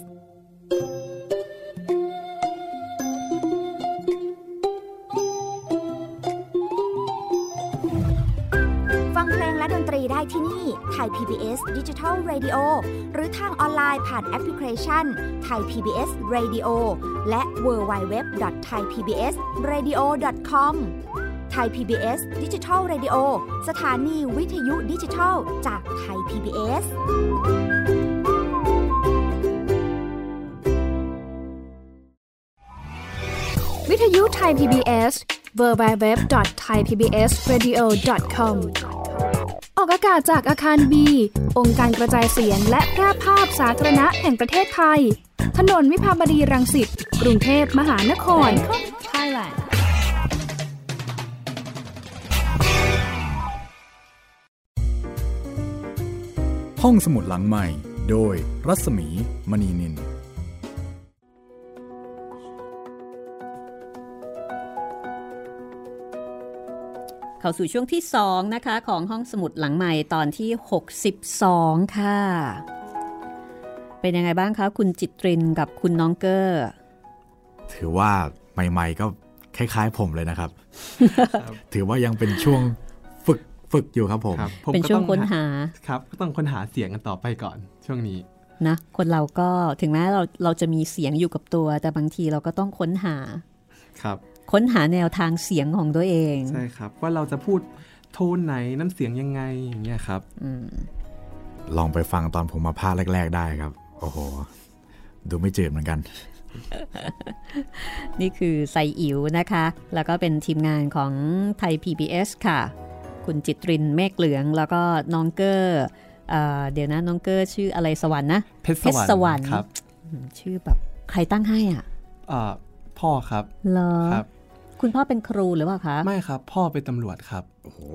ฟังเพลงและดนตรีได้ที่นี่ไทย PBS Digital Radio หรือทางออนไลน์ผ่านแอปพลิเคชันไทย PBS Radio และ www.thaipbsradio.com ไทย PBS Digital Radio สถานีวิทยุดิจิทัลจากไทย PBS วิทยุไทย PBS www.thaipbsradio.com ออกอากาศจากอาคาร B องค์การกระจายเสียงและแพร่ภาพสาธารณะแห่งประเทศไทยถนนวิภาวดีรังสิตกรุงเทพมหานคร Thailand ห้องสมุดหลังใหม่โดยรัศมีมณีนินเข้าสู่ช่วงที่2นะคะของห้องสมุดหลังใหม่ตอนที่62ค่ะเป็นยังไงบ้างคะคุณจิตรินกับคุณน้องเกอร์ถือว่าใหม่ๆก็คล้ายๆผมเลยนะครับ ถือว่ายังเป็นช่วงฝึกอยู่ครับผมเป็นช่วงค้นหาครับก็ต้องค้นหาเสียงกันต่อไปก่อนช่วงนี้นะคนเราก็ถึงแม้เราจะมีเสียงอยู่กับตัวแต่บางทีเราก็ต้องค้นหาครับค้นหาแนวทางเสียงของตัวเองใช่ครับว่าเราจะพูดโทนไหนน้ำเสียงยังไงอย่างเงี้ยครับลองไปฟังตอนผมมาพากแรกๆได้ครับโอ้โหดูไม่จืดเหมือนกันนี่คือไซอิ๋วนะคะแล้วก็เป็นทีมงานของไทย PBS ค่ะคุณจิตรินเมฆเหลืองแล้วก็น้องเกอร์เดี๋ยวนะน้องเกอร์ชื่ออะไรสวรรค์นะเพชรสวรรค์ครับชื่อแบบใครตั้งให้อ่ะพ่อครับเหรอครับคุณพ่อเป็นครูหรือเปล่าคะไม่ครับพ่อเป็นตำรวจครับโอ้โห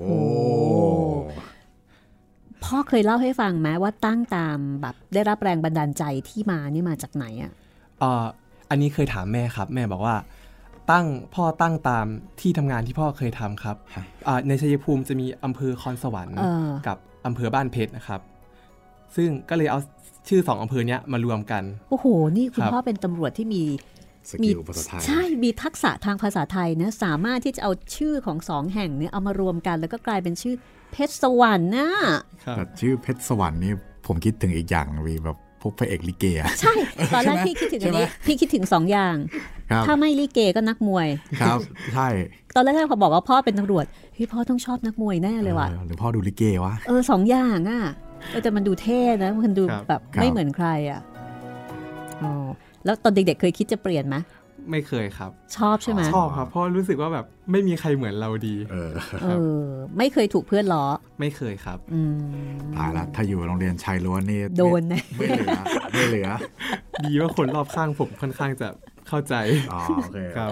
พ่อเคยเล่าให้ฟังไหมว่าตั้งตามแบบได้รับแรงบันดาลใจที่มานี่มาจากไหนอ่ะอันนี้เคยถามแม่ครับแม่บอกว่าพ่อตั้งตามที่ทำงานที่พ่อเคยทำครับในชัยภูมิจะมีอำเภอคอนสวรรค์กับอำเภอบ้านเพชรนะครับซึ่งก็เลยเอาชื่อ2อำเภอเนี้ยมารวมกันโอ้โหนี่คุณพ่อเป็นตำรวจที่มีใช่มีทักษะทางภาษาไทยนะสามารถที่จะเอาชื่อของ2แห่งนี้เอามารวมกันแล้วก็กลายเป็นชื่อเพชรสวรรค์นะแต่ชื่อเพชรสวรรค์นี่ผมคิดถึงอีกอย่างวีแบบพวกพระเอกลิเกใช่ตอนแรกพี่คิดถึงอันนี้พี่คิดถึง2อย่างถ้าไม่ลิเกก็นักมวยครับใช่ตอนแรกๆพอบอกว่าพ่อเป็นตำรวจพี่พ่อต้องชอบนักมวยแน่เลยว่ะหรือพ่อดูลิเกวะ 2อย่างอ่ะแต่มันดูเท่นะมันดูแบบไม่เหมือนใครอ่ะแล้วตอนเด็กๆเคยคิดจะเปลี่ยนไหมไม่เคยครับชอบใช่ไหมชอบครับเพราะรู้สึกว่าแบบไม่มีใครเหมือนเราดีไม่เคยถูกเพื่อนล้อไม่เคยครับตายละถ้าอยู่โรงเรียนชายล้วนนี่โดนนะไม่เหลือดีว่าคนรอบข้างผมค่อนข้างจะเข้าใจโอเคครับ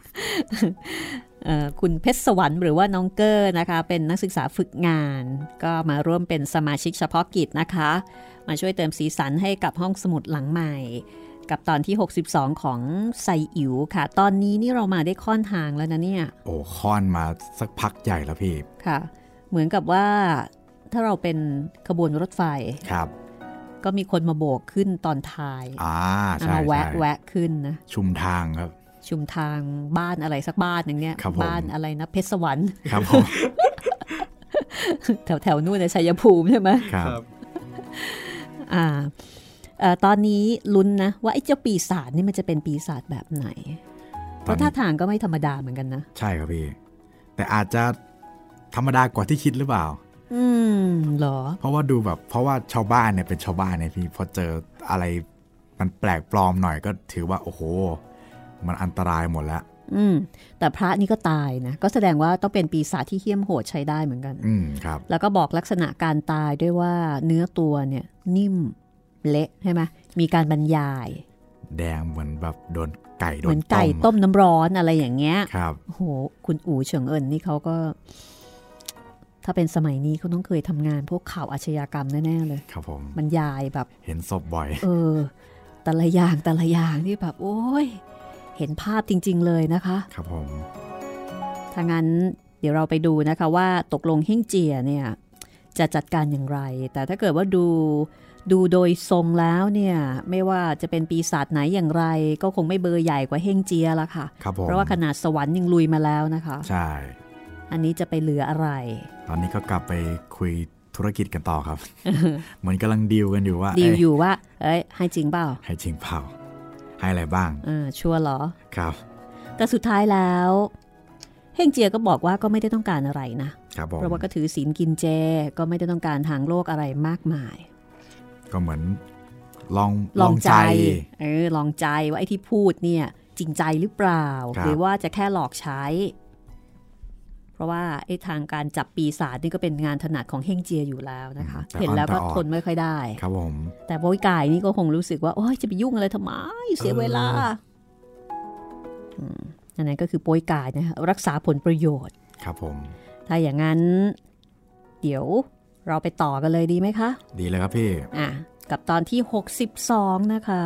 คุณเพชรสวรรค์หรือว่าน้องเกอร์นะคะเป็นนักศึกษาฝึกงานก็มาร่วมเป็นสมาชิกเฉพาะกิจนะคะมาช่วยเติมสีสันให้กับห้องสมุดหลังใหม่กับตอนที่62ของไซอิ๋วค่ะตอนนี้นี่เรามาได้ค่อนทางแล้วนะเนี่ยโอ้ค่อนมาสักพักใหญ่แล้วพี่ค่ะเหมือนกับว่าถ้าเราเป็นขบวนรถไฟครับก็มีคนมาโบกขึ้นตอนท้ายใช่แวะขึ้นนะชุมทางครับชุมทางบ้านอะไรสักบ้านอย่างเนี้ยบ้านอะไรนะเพชรสวรรค์ครับผมแถวนู่นในชัยภูมิใช่ไหมครับตอนนี้ลุ้นนะว่าไอ้เจ้าปีศาจนี่มันจะเป็นปีศาจแบบไหนเพราะท่าทางก็ไม่ธรรมดาเหมือนกันนะใช่ครับพี่แต่อาจจะธรรมดากว่าที่คิดหรือเปล่าเหรอเพราะว่าดูแบบเพราะว่าชาวบ้านเนี่ยเป็นชาวบ้านเนี่ยพี่พอเจออะไรมันแปลกปลอมหน่อยก็ถือว่าโอ้โหมันอันตรายหมดแล้วแต่พระนี่ก็ตายนะก็แสดงว่าต้องเป็นปีศาจที่เหี้ยมโหดใช้ได้เหมือนกันครับแล้วก็บอกลักษณะการตายด้วยว่าเนื้อตัวเนี่ยนิ่มเละใช่ไหมมีการบรรยายแดงเหมือนแบบโดนไก่โดนต้มเหมือนไก่ต้มน้ำร้อนอะไรอย่างเงี้ยครับโอ้โหคุณอู๋เฉิงเอิญนี่เขาก็ถ้าเป็นสมัยนี้เขาต้องเคยทำงานพวกข่าวอาชญากรรมแน่ๆเลยครับผมบรรยายแบบเห็นศพบ่อยแต่ละอย่างที่แบบโอ้ยเห็นภาพจริงๆเลยนะคะครับผมถ้างั้นเดี๋ยวเราไปดูนะคะว่าตกลงเฮ่งเจียเนี่ยจะจัดการอย่างไรแต่ถ้าเกิดว่าดูโดยทรงแล้วเนี่ยไม่ว่าจะเป็นปีศาจไหนอย่างไรก็คงไม่เบอร์ใหญ่กว่าเฮ่งเจียละค่ะเพราะว่าขนาดสวรรค์ยังลุยมาแล้วนะคะใช่อันนี้จะไปเหลืออะไรตอนนี้ก็กลับไปคุยธุรกิจกันต่อครับ เหมือนกำลังดีลกันอยู่ว่าให้จริงเปล่าให้จริงเปล่าให้อะไรบ้างชัวร์เหรอครับแต่สุดท้ายแล้วเฮ่งเจียก็บอกว่าก็ไม่ได้ต้องการอะไรนะเพราะว่าก็ถือศีลกินเจก็ไม่ได้ต้องการทางโลกอะไรมากมายก็เหมือนลองใจลองใจว่าไอ้ที่พูดเนี่ยจริงใจหรือเปล่าหรือว่าจะแค่หลอกใช้เพราะว่าไอ้ทางการจับปีศาจนี่ก็เป็นงานถนัดของเฮ่งเจียอยู่แล้วนะคะเห็นแล้วก็ทนไม่ค่อยได้ครับผมแต่โบยกายนี่ก็คงรู้สึกว่าโอ๊ยจะไปยุ่งอะไรทำไมเสียเวลาอันนั้นก็คือโบยกายนะคะรักษาผลประโยชน์ครับผมถ้าอย่างนั้นเดี๋ยวเราไปต่อกันเลยดีไหมคะดีเลยครับพี่กับตอนที่62นะคะ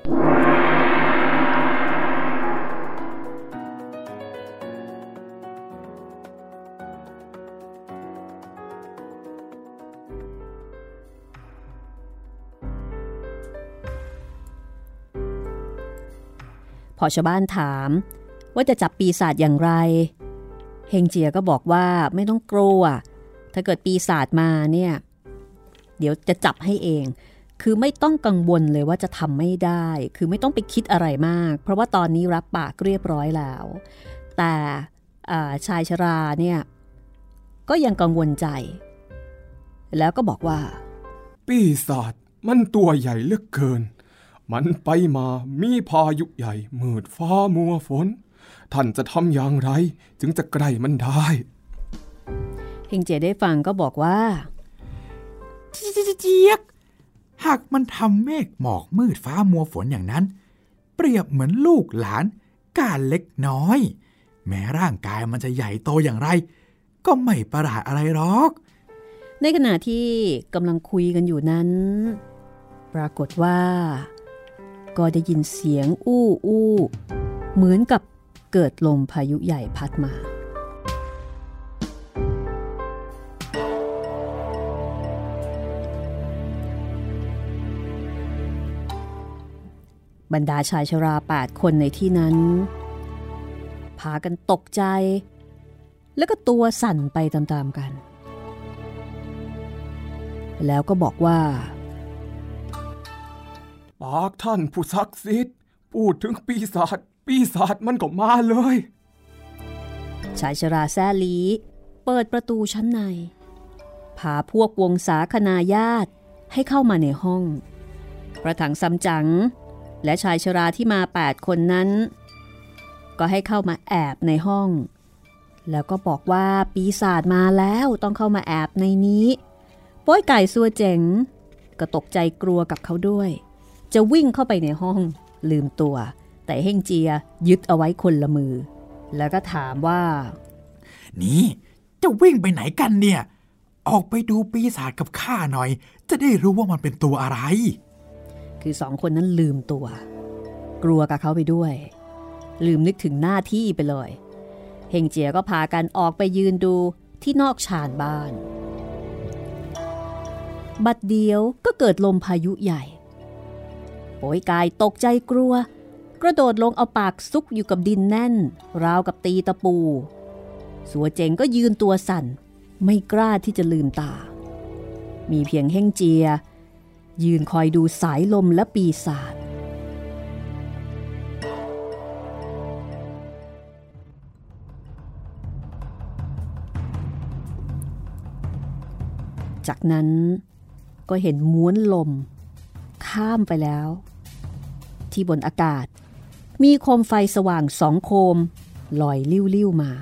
พอชาวบ้านถามว่าจะจับปีศาจอย่างไรเฮงเจียก็บอกว่าไม่ต้องกลัวถ้าเกิดปีศาจมาเนี่ยเดี๋ยวจะจับให้เองคือไม่ต้องกังวลเลยว่าจะทำไม่ได้คือไม่ต้องไปคิดอะไรมากเพราะว่าตอนนี้รับปากเรียบร้อยแล้วแต่ชายชราเนี่ยก็ยังกังวลใจแล้วก็บอกว่าปีศาจมันตัวใหญ่เหลือเกินมันไปมามีพายุใหญ่มืดฟ้ามัวฝนท่านจะทำอย่างไรจึงจะใกล้มันได้เฮงเจียได้ฟังก็บอกว่าเจี๊ยกหากมันทำเมฆหมอกมืดฟ้ามัวฝนอย่างนั้นเปรียบเหมือนลูกหลานกาเล็กน้อยแม้ร่างกายมันจะใหญ่โตอย่างไรก็ไม่ประหลาดอะไรหรอกในขณะที่กำลังคุยกันอยู่นั้นปรากฏว่าก็ได้ยินเสียงอู้เหมือนกับเกิดลมพายุใหญ่พัดมาบรรดาชายชรา8คนในที่นั้นพากันตกใจแล้วก็ตัวสั่นไปตามๆกันแล้วก็บอกว่าปากท่านผู้ศักดิ์สิทธิ์พูดถึงปีศาจมันก็มาเลยชายชราแซ่ลีเปิดประตูชั้นในพาพวกวงศาคณาญาติให้เข้ามาในห้องประถังซัมจั๋งและชายชราที่มา8คนนั้นก็ให้เข้ามาแอบในห้องแล้วก็บอกว่าปีศาจมาแล้วต้องเข้ามาแอบในนี้โป้ยไก่ซัวเจ๋งก็ตกใจกลัวกับเขาด้วยจะวิ่งเข้าไปในห้องลืมตัวแต่เฮ่งเจียยึดเอาไว้คนละมือแล้วก็ถามว่านี่จะวิ่งไปไหนกันเนี่ยออกไปดูปีศาจกับข้าหน่อยจะได้รู้ว่ามันเป็นตัวอะไรคือ2คนนั้นลืมตัวกลัวกับเขาไปด้วยลืมนึกถึงหน้าที่ไปเลยเฮงเจียก็พากันออกไปยืนดูที่นอกชานบ้านบัดเดียวก็เกิดลมพายุใหญ่โป๋ยกายตกใจกลัวกระโดดลงเอาปากซุกอยู่กับดินแน่นราวกับตีตะปูสัวเจ๋งก็ยืนตัวสั่นไม่กล้าที่จะลืมตามีเพียงเฮ่งเจียยืนคอยดูสายลมและปีศาจจากนั้นก็เห็นม้วนลมข้ามไปแล้วที่บนอากาศมีโคมไฟสว่าง2 โคมลอยลิ้วๆมา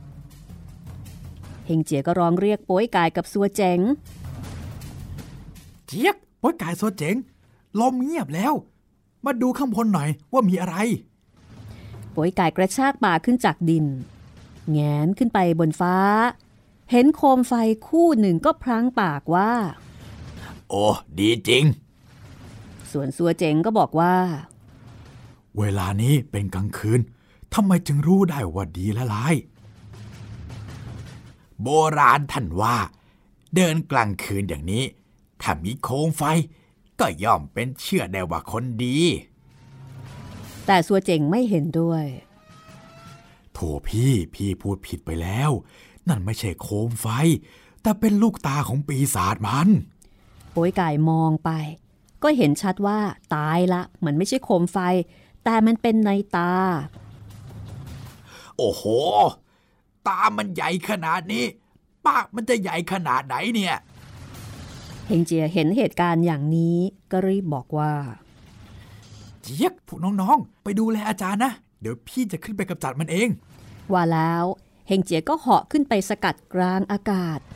เฮงเจียก็ร้องเรียกโป๋ยกายกับซัวเจ๋งเจี๊ยกโป๋ยกายซัวเจ๋งลมเงียบแล้วมาดูข้างบนหน่อยว่ามีอะไรโป๋ยกายกระชากบ่าขึ้นจากดินแงนขึ้นไปบนฟ้าเห็นโคมไฟคู่หนึ่งก็พลั้งปากว่าโอ้ดีจริงส่วนซัวเจ๋งก็บอกว่าเวลานี้เป็นกลางคืนทำไมจึงรู้ได้ว่าดีและร้ายโบราณท่านว่าเดินกลางคืนอย่างนี้ถ้ามีโคมไฟก็ย่อมเป็นเชื่อได้ว่าคนดีแต่ซัวเจ๋งไม่เห็นด้วยโถพี่พูดผิดไปแล้วนั่นไม่ใช่โคมไฟแต่เป็นลูกตาของปีศาจมันโป๋ยกายมองไปก็เห็นชัดว่าตายละมันไม่ใช่โคมไฟแต่มันเป็นในตาโอ้โหตามันใหญ่ขนาดนี้ปากมันจะใหญ่ขนาดไหนเนี่ยเฮงเจียเห็นเหตุการณ์อย่างนี้ก็รีบบอกว่าเจี๊ยกพวกน้องๆไปดูแลอาจารย์นะเดี๋ยวพี่จะขึ้นไปกำจัดมันเองว่าแล้วเฮงเจียก็เหาะขึ้นไปสกัดกลางอากาศ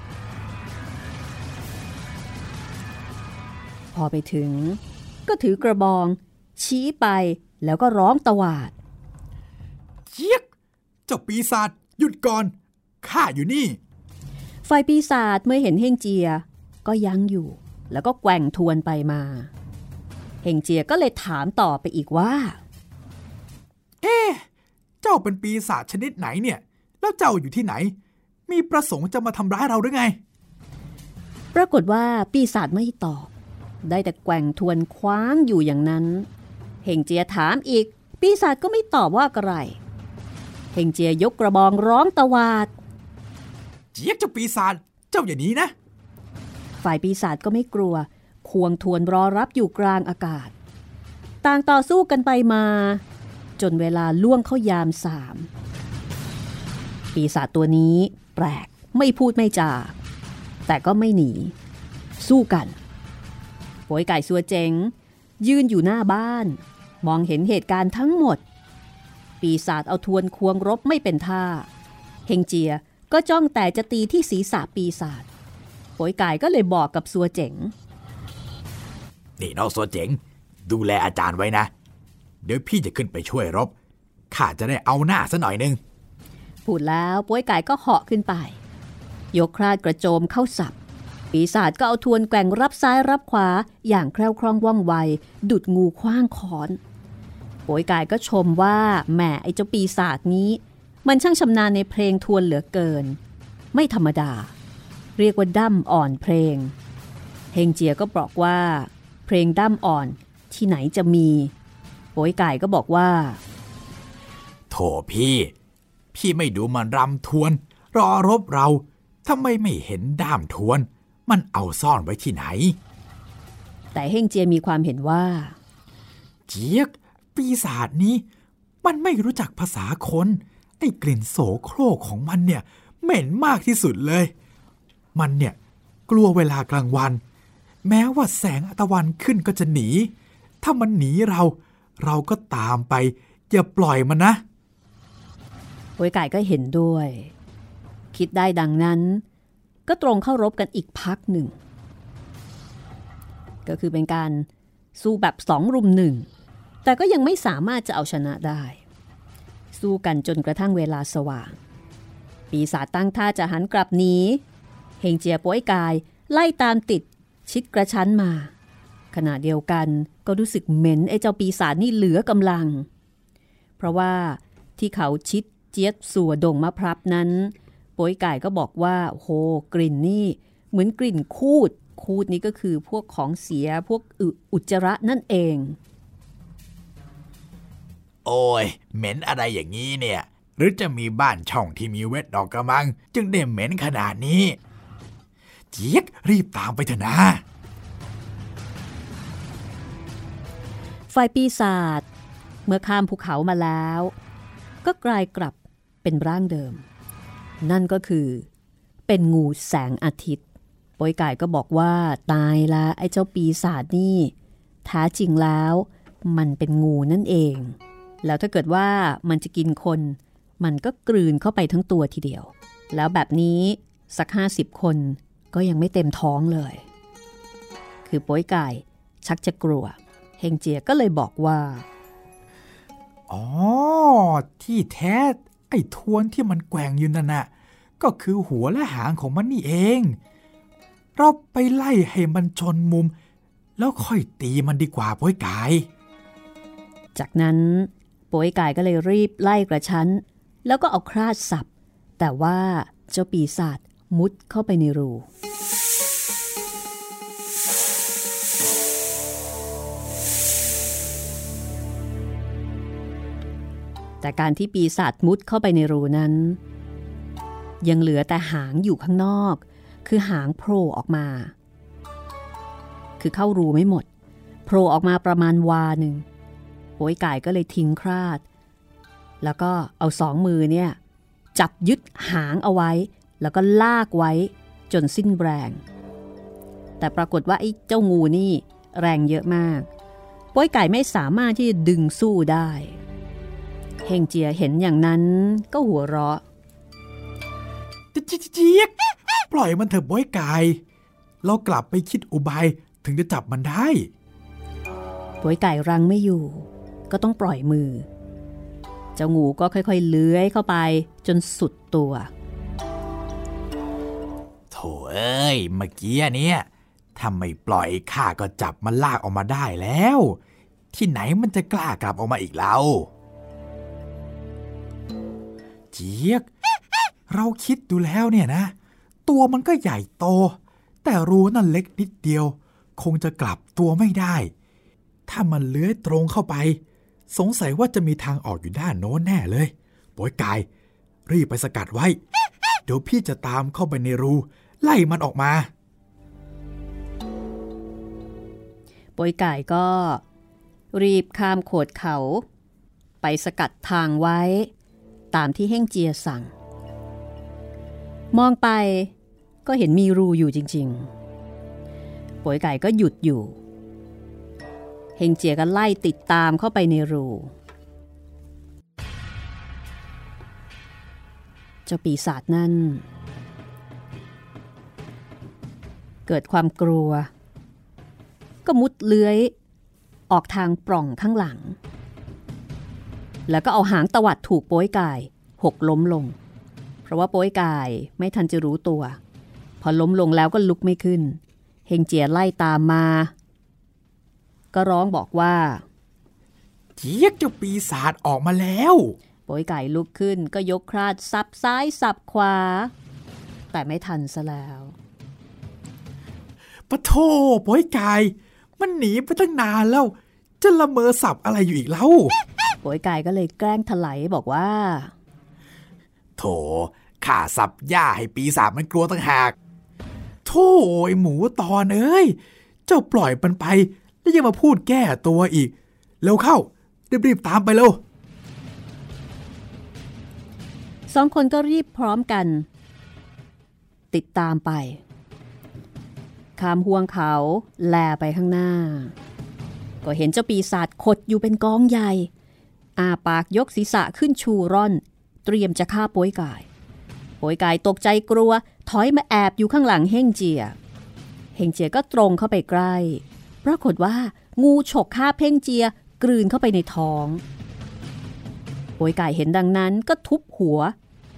พอไปถึงก็ถือกระบองชี้ไปแล้วก็ร้องตวาดเจี๊ยกเจ้าปีศาจหยุดก่อนข้าอยู่นี่ฝ่ายปีศาจเมื่อเห็นเฮงเจียก็ยั้งอยู่แล้วก็แกว่งทวนไปมาเฮงเจียก็เลยถามต่อไปอีกว่าเจ้าเป็นปีศาจชนิดไหนเนี่ยแล้วเจ้าอยู่ที่ไหนมีประสงค์จะมาทำร้ายเราหรือไงปรากฏว่าปีศาจไม่ตอบได้แต่แกว่งทวนคว้างอยู่อย่างนั้นเฮงเจียถามอีกปีศาจก็ไม่ตอบว่าอะไรเฮงเจียยกกระบองร้องตวาดเจี๊ยกเจ้าปีศาจเจ้าอย่าหนีนะฝ่ายปีศาจก็ไม่กลัวควงทวนรอรับอยู่กลางอากาศต่างต่อสู้กันไปมาจนเวลาล่วงเข้ายาม3ปีศาจตัวนี้แปลกไม่พูดไม่จาแต่ก็ไม่หนีสู้กันโป๋ยไก่ซัวเจ๋งยืนอยู่หน้าบ้านมองเห็นเหตุการณ์ทั้งหมดปีศาจเอาทวนควงรบไม่เป็นท่าเฮงเจียก็จ้องแต่จะตีที่ศีรษะปีศาจโป๋ยไก่ก็เลยบอกกับซัวเจ๋งนี่น้องซัวเจ๋งดูแลอาจารย์ไว้นะเดี๋ยวพี่จะขึ้นไปช่วยรบข้าจะได้เอาหน้าซะหน่อยนึงพูดแล้วโป๋ยไก่ก็เหาะขึ้นไปยกคราดกระโจมเข้าสับปีศาจก็เอาทวนแกว่งรับซ้ายรับขวาอย่างแคล่วคล่องว่องไวดุจงูขว้างค้อนโป๋ยไก่ก็ชมว่าแหมไอ้เจ้าปีศาจนี้มันช่างชำนาญในเพลงทวนเหลือเกินไม่ธรรมดาเรียกว่าดั้มอ่อนเพลงเฮงเจียก็บอกว่าเพลงดั้มอ่อนที่ไหนจะมีโป๋ยไก่ก็บอกว่าโถพี่ไม่ดูมันรำทวนรอรบเราทำไมไม่เห็นด้ามทวนมันเอาซ่อนไว้ที่ไหนแต่เฮงเจียมีความเห็นว่าเจี๊ยกปีศาจนี้มันไม่รู้จักภาษาคนไอ้กลิ่นโสโครกของมันเนี่ยเหม็นมากที่สุดเลยมันเนี่ยกลัวเวลากลางวันแม้ว่าแสงตะวันขึ้นก็จะหนีถ้ามันหนีเราก็ตามไปอย่าปล่อยมันนะโป๋ยไก่ก็เห็นด้วยคิดได้ดังนั้นก็ตรงเข้ารบกันอีกพักหนึ่งก็คือเป็นการสู้แบบ2 รุม 1แต่ก็ยังไม่สามารถจะเอาชนะได้สู้กันจนกระทั่งเวลาสว่างปีศาจตั้งท่าจะหันกลับหนีเฮงเจียโป๋ยกายไล่ตามติดชิดกระชั้นมาขณะเดียวกันก็รู้สึกเหม็นไอ้เจ้าปีศาจนี่เหลือกำลังเพราะว่าที่เขาชิดเจี๊ยบสัวดงมะพร้าวนั้นโป้ยไก่ก็บอกว่าโหกลิ่นนี่เหมือนกลิ่นคูดนี่ก็คือพวกของเสียพวกอุจจาระนั่นเองโอ้ยเหม็นอะไรอย่างนี้เนี่ยหรือจะมีบ้านช่องที่มีเวทดอกกระมังจึงได้เหม็นขนาดนี้เจี๊ยกรีบตามไปเถอะนะฝ่ายปีศาจเมื่อข้ามภูเขามาแล้วก็กลายกลับเป็นร่างเดิมนั่นก็คือเป็นงูแสงอาทิตย์โป้ยไก่ก็บอกว่าตายละไอ้เจ้าปีศาจนี่แท้จริงแล้วมันเป็นงูนั่นเองแล้วถ้าเกิดว่ามันจะกินคนมันก็กลืนเข้าไปทั้งตัวทีเดียวแล้วแบบนี้สัก50 คนก็ยังไม่เต็มท้องเลยคือโป้ยไก่ชักจะกลัวเฮงเจียก็เลยบอกว่าอ๋อที่แท้ไอ้ทวนที่มันแกว่งอยู่นั่นน่ะก็คือหัวและหางของมันนี่เองเราไปไล่ให้มันชนมุมแล้วค่อยตีมันดีกว่าโป้ยไก่จากนั้นโป้ยไก่ก็เลยรีบไล่กระชั้นแล้วก็เอาคราดสับแต่ว่าเจ้าปีศาจมุดเข้าไปในรูแต่การที่ปีศาจมุดเข้าไปในรูนั้นยังเหลือแต่หางอยู่ข้างนอกคือหางโผล่ออกมาคือเข้ารูไม่หมดโผล่ออกมาประมาณวาหนึ่งโป้ยไก่ก็เลยทิ้งคราดแล้วก็เอา2 มือเนี่ยจับยึดหางเอาไว้แล้วก็ลากไว้จนสิ้นแรงแต่ปรากฏว่าไอ้เจ้างูนี่แรงเยอะมากโป้ยไก่ไม่สามารถที่จะดึงสู้ได้เฮงเจียเห็นอย่างนั้นก็หัวเราะเจี๊ยกปล่อยมันเถอะโป้ยไก่เรากลับไปคิดอุบายถึงจะจับมันได้โป้ยไก่รั้งไม่อยู่ก็ต้องปล่อยมือเจ้างูก็ค่อยๆเลื้อยเข้าไปจนสุดตัวโธ่เอ้ยเมื่อกี้เนี่ยถ้าไม่ปล่อยข้าก็จับมันลากออกมาได้แล้วที่ไหนมันจะกล้ากลับออกมาอีกเล่าเจี๊ยกเราคิดดูแล้วเนี่ยนะตัวมันก็ใหญ่โตแต่รูนั่นเล็กนิดเดียวคงจะกลับตัวไม่ได้ถ้ามันเลื้อยตรงเข้าไปสงสัยว่าจะมีทางออกอยู่ด้านโน้นแน่เลยโป้ยไก่รีบไปสกัดไว้เดี๋ยวพี่จะตามเข้าไปในรูไล่มันออกมาโป้ยไก่ก็รีบข้ามโขดเขาไปสกัดทางไว้ตามที่เฮ่งเจียสั่งมองไปก็เห็นมีรูอยู่จริงๆโป้ยไก่ก็หยุดอยู่เฮงเจียก็ไล่ติดตามเข้าไปในรูเจ้าปีศาจนั่นเกิดความกลัวก็มุดเลื้อยออกทางปล่องข้างหลังแล้วก็เอาหางตวัดถูกโป้ยไก่หกล้มลงเพราะว่าโป้ยไก่ไม่ทันจะรู้ตัวพอล้มลงแล้วก็ลุกไม่ขึ้นเฮงเจียไล่ตามมาก็ร้องบอกว่าเจี๊ยกเจ้าปีศาจออกมาแล้วโป้ยไก่ลุกขึ้นก็ยกคราดสับซ้ายสับขวาแต่ไม่ทันซะแล้วปะโธ่โป้ยไก่มันหนีไปตั้งนานแล้วจะละเมอสับอะไรอยู่อีกเล่าโป้ยไก่ก็เลยแกล้งถลายบอกว่าโธ่ข้าสับหญ้าให้ปีศาจมันกลัวตั้งหากโธ่ไอ้หมูตอนเอ้ยเจ้าปล่อยมันไปแล้วยังมาพูดแก้ตัวอีกเร็วเข้ารีบตามไปเร็ว 2 คนก็รีบพร้อมกันติดตามไปข้ามห่วงเขาแลไปข้างหน้าก็เห็นเจ้าปีศาจขดอยู่เป็นกองใหญ่อ้าปากยกศีรษะขึ้นชูร่อนเตรียมจะฆ่าโป้ยไก่โป้ยไก่ตกใจกลัวถอยมาแอบอยู่ข้างหลังเฮงเจียก็ตรงเข้าไปใกล้ปรากฏว่างูฉกคาบเฮงเจียกลืนเข้าไปในท้องโป้ยไก่เห็นดังนั้นก็ทุบหัว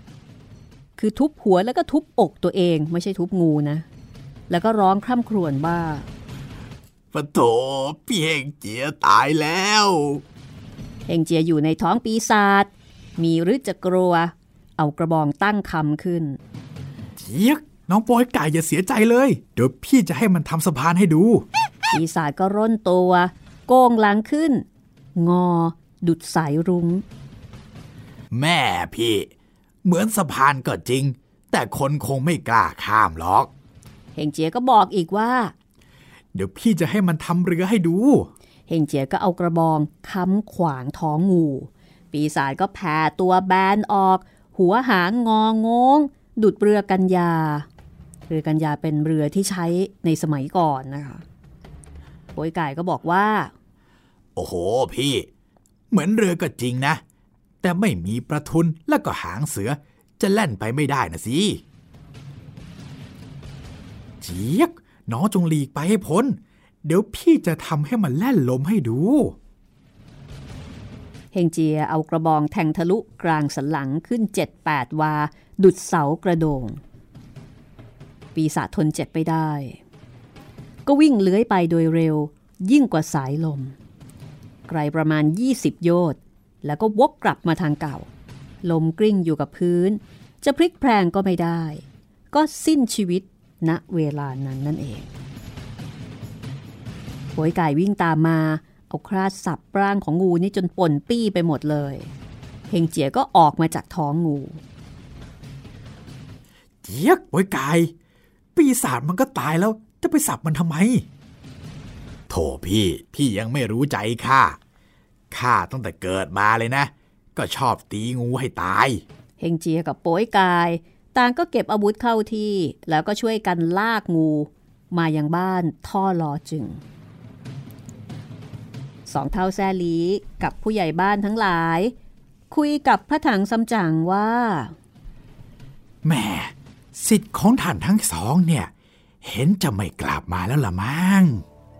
แล้วก็ทุบอกตัวเองไม่ใช่ทุบงูนะแล้วก็ร้องคร่ำครวญว่าปะโถพี่เฮงเจียตายแล้วเฮงเจียอยู่ในท้องปีศาจมีหรือจะกลัวเอากระบองตั้งคำขึ้นเจี๊ยกน้องโป้ยไก่อย่าเสียใจเลยเดี๋ยวพี่จะให้มันทำสะพานให้ดูปีศาจก็ร่นตัวโก่งหลังขึ้นงอดุจสายรุ้งแม่พี่เหมือนสะพานก็จริงแต่คนคงไม่กล้าข้ามหรอกเฮงเจียก็บอกอีกว่าเดี๋ยวพี่จะให้มันทำเรือให้ดูเฮงเจียก็เอากระบองค้ำขวางท้องงูปีศาจก็แผ่ตัวแบนออกหัวหางงองงดุจเรือกัญญาเรือกัญญาเป็นเรือที่ใช้ในสมัยก่อนนะคะโป้ยไก่ก็บอกว่าโอ้โหพี่เหมือนเรือก็จริงนะแต่ไม่มีประทุนแล้วก็หางเสือจะแล่นไปไม่ได้นะสิเจี๊ยกน้องจงหลีกไปให้พ้นเดี๋ยวพี่จะทำให้มันแล่นลมให้ดูเฮงเจียเอากระบองแทงทะลุกลางสันหลังขึ้น 7-8 วาดุจเสากระโดงปีศาจทนเจ็บไม่ได้ก็วิ่งเลื้อยไปโดยเร็วยิ่งกว่าสายลมไกลประมาณ20 โยชน์แล้วก็วกกลับมาทางเก่าลมกลิ้งอยู่กับพื้นจะพลิกแพลงก็ไม่ได้ก็สิ้นชีวิตณเวลานั้นนั่นเองโป้ยไก่วิ่งตามมาเอาคราดสับร่างของงูนี่จนป่นปี้ไปหมดเลยเฮงเจียก็ออกมาจากท้องงูเจี๊ยกโป้ยไก่ปีศาจมันก็ตายแล้วจะไปสับมันทำไมโถพี่ยังไม่รู้ใจข้าตั้งแต่เกิดมาเลยนะก็ชอบตีงูให้ตายเฮงเจียกับโป้ยไก่ต่างก็เก็บอาวุธเข้าที่แล้วก็ช่วยกันลากงูมายังบ้านท่อล้อจึงสองเท่าแซ่ลีกับผู้ใหญ่บ้านทั้งหลายคุยกับพระถังซัมจั๋งว่าแม่สิทธิ์ของท่านทั้งสองเนี่ยเห็นจะไม่กลับมาแล้วล่ะมั้ง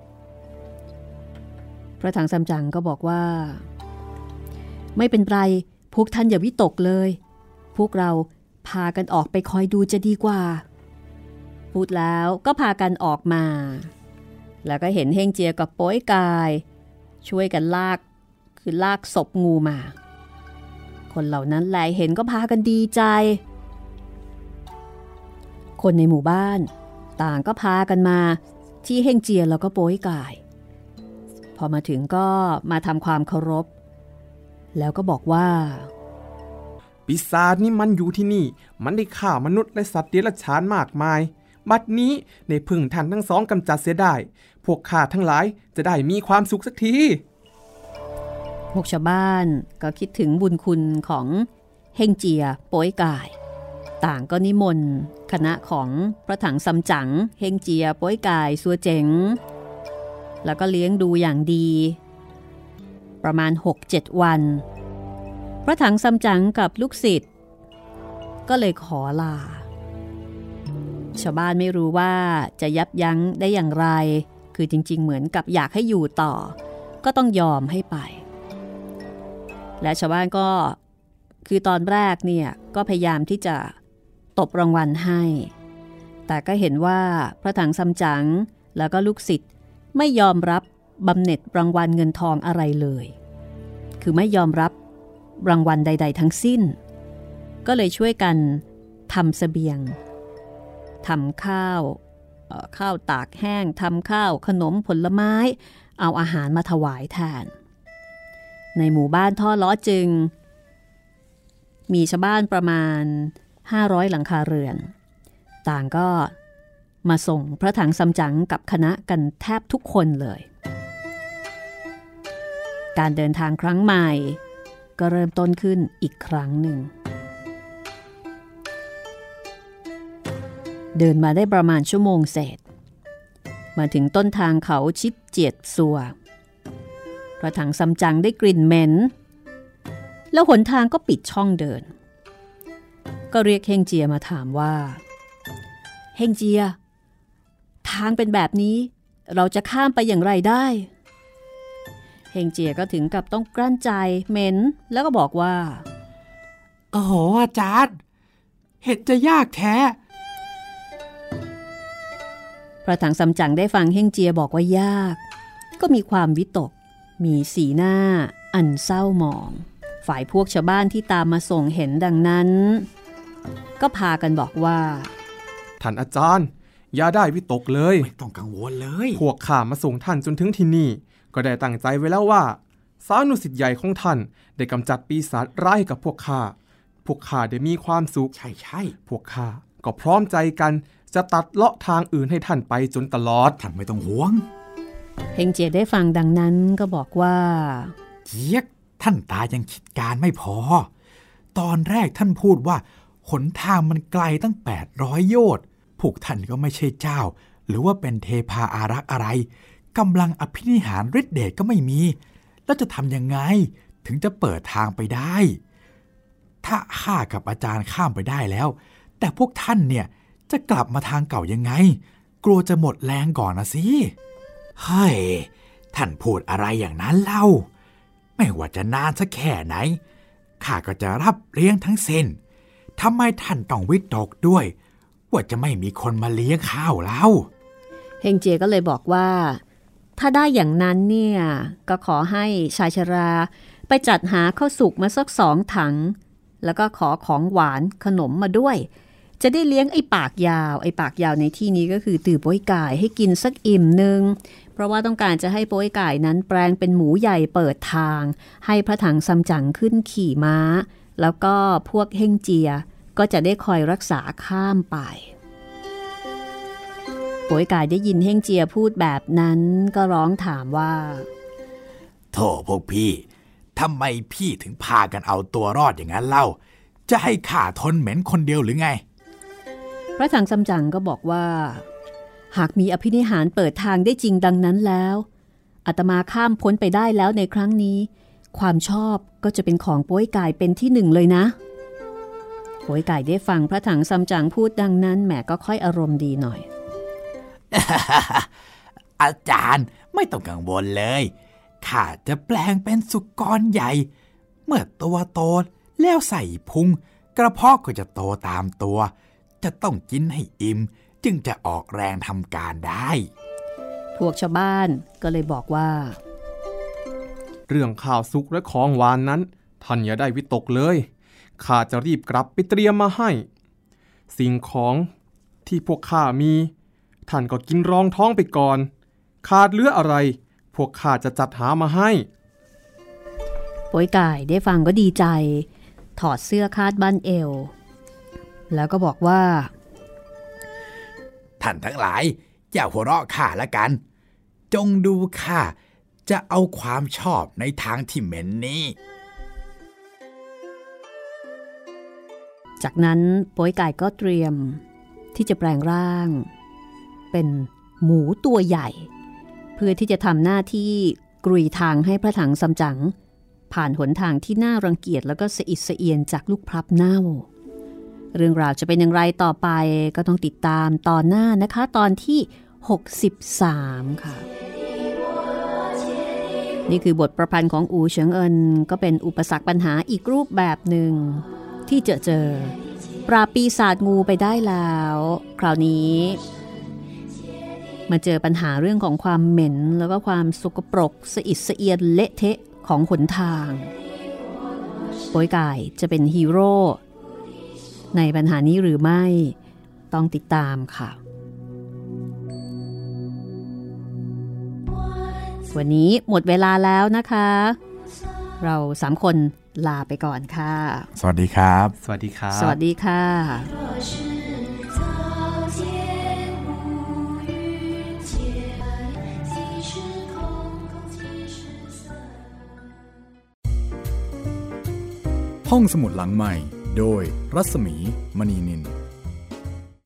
พระถังซัมจั๋งก็บอกว่าไม่เป็นไรพวกท่านอย่าวิตกเลยพวกเราพากันออกไปคอยดูจะดีกว่าพูดแล้วก็พากันออกมาแล้วก็เห็นเฮงเจียกับโป้ยกายช่วยกันลากศพงูมาคนเหล่านั้นแลเห็นก็พากันดีใจคนในหมู่บ้านต่างก็พากันมาที่เฮงเจียแล้วก็โป้ยกายพอมาถึงก็มาทำความเคารพแล้วก็บอกว่าปีศาจนี่มันอยู่ที่นี่มันได้ฆ่ามนุษย์และสัตว์เดรัจฉานมากมายบัดนี้ในพึ่งท่านทั้งสองกำจัดเสียได้พวกข้าทั้งหลายจะได้มีความสุขสักทีพวกชาวบ้านก็คิดถึงบุญคุณของเฮงเจียโป้ยกายต่างก็นิมนต์คณะของพระถังซัมจั๋งเฮงเจียโป้ยกายซัวเจ๋งแล้วก็เลี้ยงดูอย่างดีประมาณ 6-7 วันพระถังซัมจั๋งกับลูกศิษย์ก็เลยขอลาชาวบ้านไม่รู้ว่าจะยับยั้งได้อย่างไรคือจริงๆเหมือนกับอยากให้อยู่ต่อก็ต้องยอมให้ไปและชาวบ้านก็คือตอนแรกเนี่ยก็พยายามที่จะตบรางวัลให้แต่ก็เห็นว่าพระถังซัมจั๋งแล้วก็ลูกศิษย์ไม่ยอมรับบำเหน็จรางวัลเงินทองอะไรเลยคือไม่ยอมรับรางวัลใดๆทั้งสิ้นก็เลยช่วยกันทำเสบียงทำข้าวตากแห้งทำข้าวขนมผลไม้เอาอาหารมาถวายแทนในหมู่บ้านท่อล้อจึงมีชาวบ้านประมาณ500หลังคาเรือนต่างก็มาส่งพระถังซัมจั๋งกับคณะกันแทบทุกคนเลยการเดินทางครั้งใหม่ก็เริ่มต้นขึ้นอีกครั้งหนึ่งเดินมาได้ประมาณชั่วโมงเศษมาถึงต้นทางเขาชิดเจียดซัวพระถังซัมจั๋งได้กลิ่นเหม็นแล้วหนทางก็ปิดช่องเดินก็เรียกเฮงเจียมาถามว่าเฮงเจียทางเป็นแบบนี้เราจะข้ามไปอย่างไรได้เฮงเจียก็ถึงกับต้องกลั้นใจเหม็นแล้วก็บอกว่าโอ้โหอาจารย์เห็นจะยากแท้พระถังซัมจั๋งได้ฟังเฮ่งเจียบอกว่ายากก็มีความวิตกมีสีหน้าอันเศร้าหมองฝ่ายพวกชาวบ้านที่ตามมาส่งเห็นดังนั้นก็พากันบอกว่าท่านอาจารย์อย่าได้วิตกเลยไม่ต้องกังวลเลยพวกข้ามาส่งท่านจนถึงที่นี่ก็ได้ตั้งใจไว้แล้วว่าสานุสิทธิ์ใหญ่ของท่านได้กำจัดปีศาจร้ายกับพวกข้าได้มีความสุขใช่พวกข้าก็พร้อมใจกันจะตัดเลาะทางอื่นให้ท่านไปจนตลอดท่านไม่ต้องห่วงเฮงเจียได้ฟังดังนั้นก็บอกว่าเจี๊ยกท่านตายังคิดการไม่พอตอนแรกท่านพูดว่าหนทางมันไกลตั้ง800โยชน์พวกท่านก็ไม่ใช่เจ้าหรือว่าเป็นเทพาอารักษ์อะไรกำลังอภินิหารฤทธิ์เดชก็ไม่มีแล้วจะทำยังไงถึงจะเปิดทางไปได้ถ้าข้ากับอาจารย์ข้ามไปได้แล้วแต่พวกท่านเนี่ยจะกลับมาทางเก่ายังไงกลัวจะหมดแรงก่อนนะสิเฮ้ยท่านพูดอะไรอย่างนั้นเล่าไม่ว่าจะนานสักแค่ไหนข้าก็จะรับเลี้ยงทั้งสิ้นทำไมท่านต้องวิตกด้วยว่าจะไม่มีคนมาเลี้ยงข้าวเล่าเฮงเจียก็เลยบอกว่าถ้าได้อย่างนั้นเนี่ยก็ขอให้ชายชราไปจัดหาข้าวสุกมาสัก2 ถังแล้วก็ขอของหวานขนมมาด้วยจะได้เลี้ยงไอ้ปากยาวในที่นี้ก็คือตือโป้ยก่ายให้กินสักอิ่มนึงเพราะว่าต้องการจะให้โป้ยก่ายนั้นแปลงเป็นหมูใหญ่เปิดทางให้พระถังซัมจั๋งขึ้นขี่ม้าแล้วก็พวกเฮ่งเจียก็จะได้คอยรักษาข้ามไปโป้ยก่ายได้ยินเฮ่งเจียพูดแบบนั้นก็ร้องถามว่าโธ่พวกพี่ทำไมพี่ถึงพากันเอาตัวรอดอย่างนั้นเล่าจะให้ข้าทนเหม็นคนเดียวหรือไงพระถังซัมจั๋งก็บอกว่าหากมีอภินิหารเปิดทางได้จริงดังนั้นแล้วอาตมาข้ามพ้นไปได้แล้วในครั้งนี้ความชอบก็จะเป็นของโป้ยก่ายเป็นที่1เลยนะโป้ยก่ายได้ฟังพระถังซัมจั๋งพูดดังนั้นแหมก็ค่อยอารมณ์ดีหน่อยอาจารย์ไม่ต้องกังวลเลยข้าจะแปลงเป็นสุกรใหญ่เมื่อตัวโตแล้วใส่พุงกระเพาะก็จะโตตามตัวจะต้องกินให้อิ่มจึงจะออกแรงทำการได้พวกชาวบ้านก็เลยบอกว่าเรื่องข้าวสุกและของหวานนั้นท่านอย่าได้วิตกเลยข้าจะรีบกลับไปเตรียมมาให้สิ่งของที่พวกข้ามีท่านก็กินรองท้องไปก่อนขาดเหลืออะไรพวกข้าจะจัดหามาให้โป้ยก่ายได้ฟังก็ดีใจถอดเสื้อคาดบั้นเอวแล้วก็บอกว่าท่านทั้งหลายอย่าหัวเราะข้าละกันจงดูข้าจะเอาความชอบในทางที่เหม็นนี้จากนั้นโป้ยก่ายก็เตรียมที่จะแปลงร่างเป็นหมูตัวใหญ่เพื่อที่จะทำหน้าที่กรุยทางให้พระถังซัมจั๋งผ่านหนทางที่น่ารังเกียจแล้วก็สะอิดสะเอียนจากลูกพลับเน่าเรื่องราวจะเป็นอย่างไรต่อไปก็ต้องติดตามตอนหน้านะคะตอนที่63ค่ะนี่คือบทประพันธ์ของอู่เฉิงเอินก็เป็นอุปสรรคปัญหาอีกรูปแบบหนึ่งที่เจอปราบปีศาจงูไปได้แล้วคราวนี้มาเจอปัญหาเรื่องของความเหม็นแล้วก็ความสกปรกสะอิดสะเอียนเละเทะของหนทางโป้ยก่ายจะเป็นฮีโร่ในปัญหานี้หรือไม่ต้องติดตามค่ะวันนี้หมดเวลาแล้วนะคะเรา3คนลาไปก่อนค่ะสวัสดีครับสวัสดีครับสวัสดีค่ะห้องสมุดหลังใหม่โดยรัศมีมณีนิน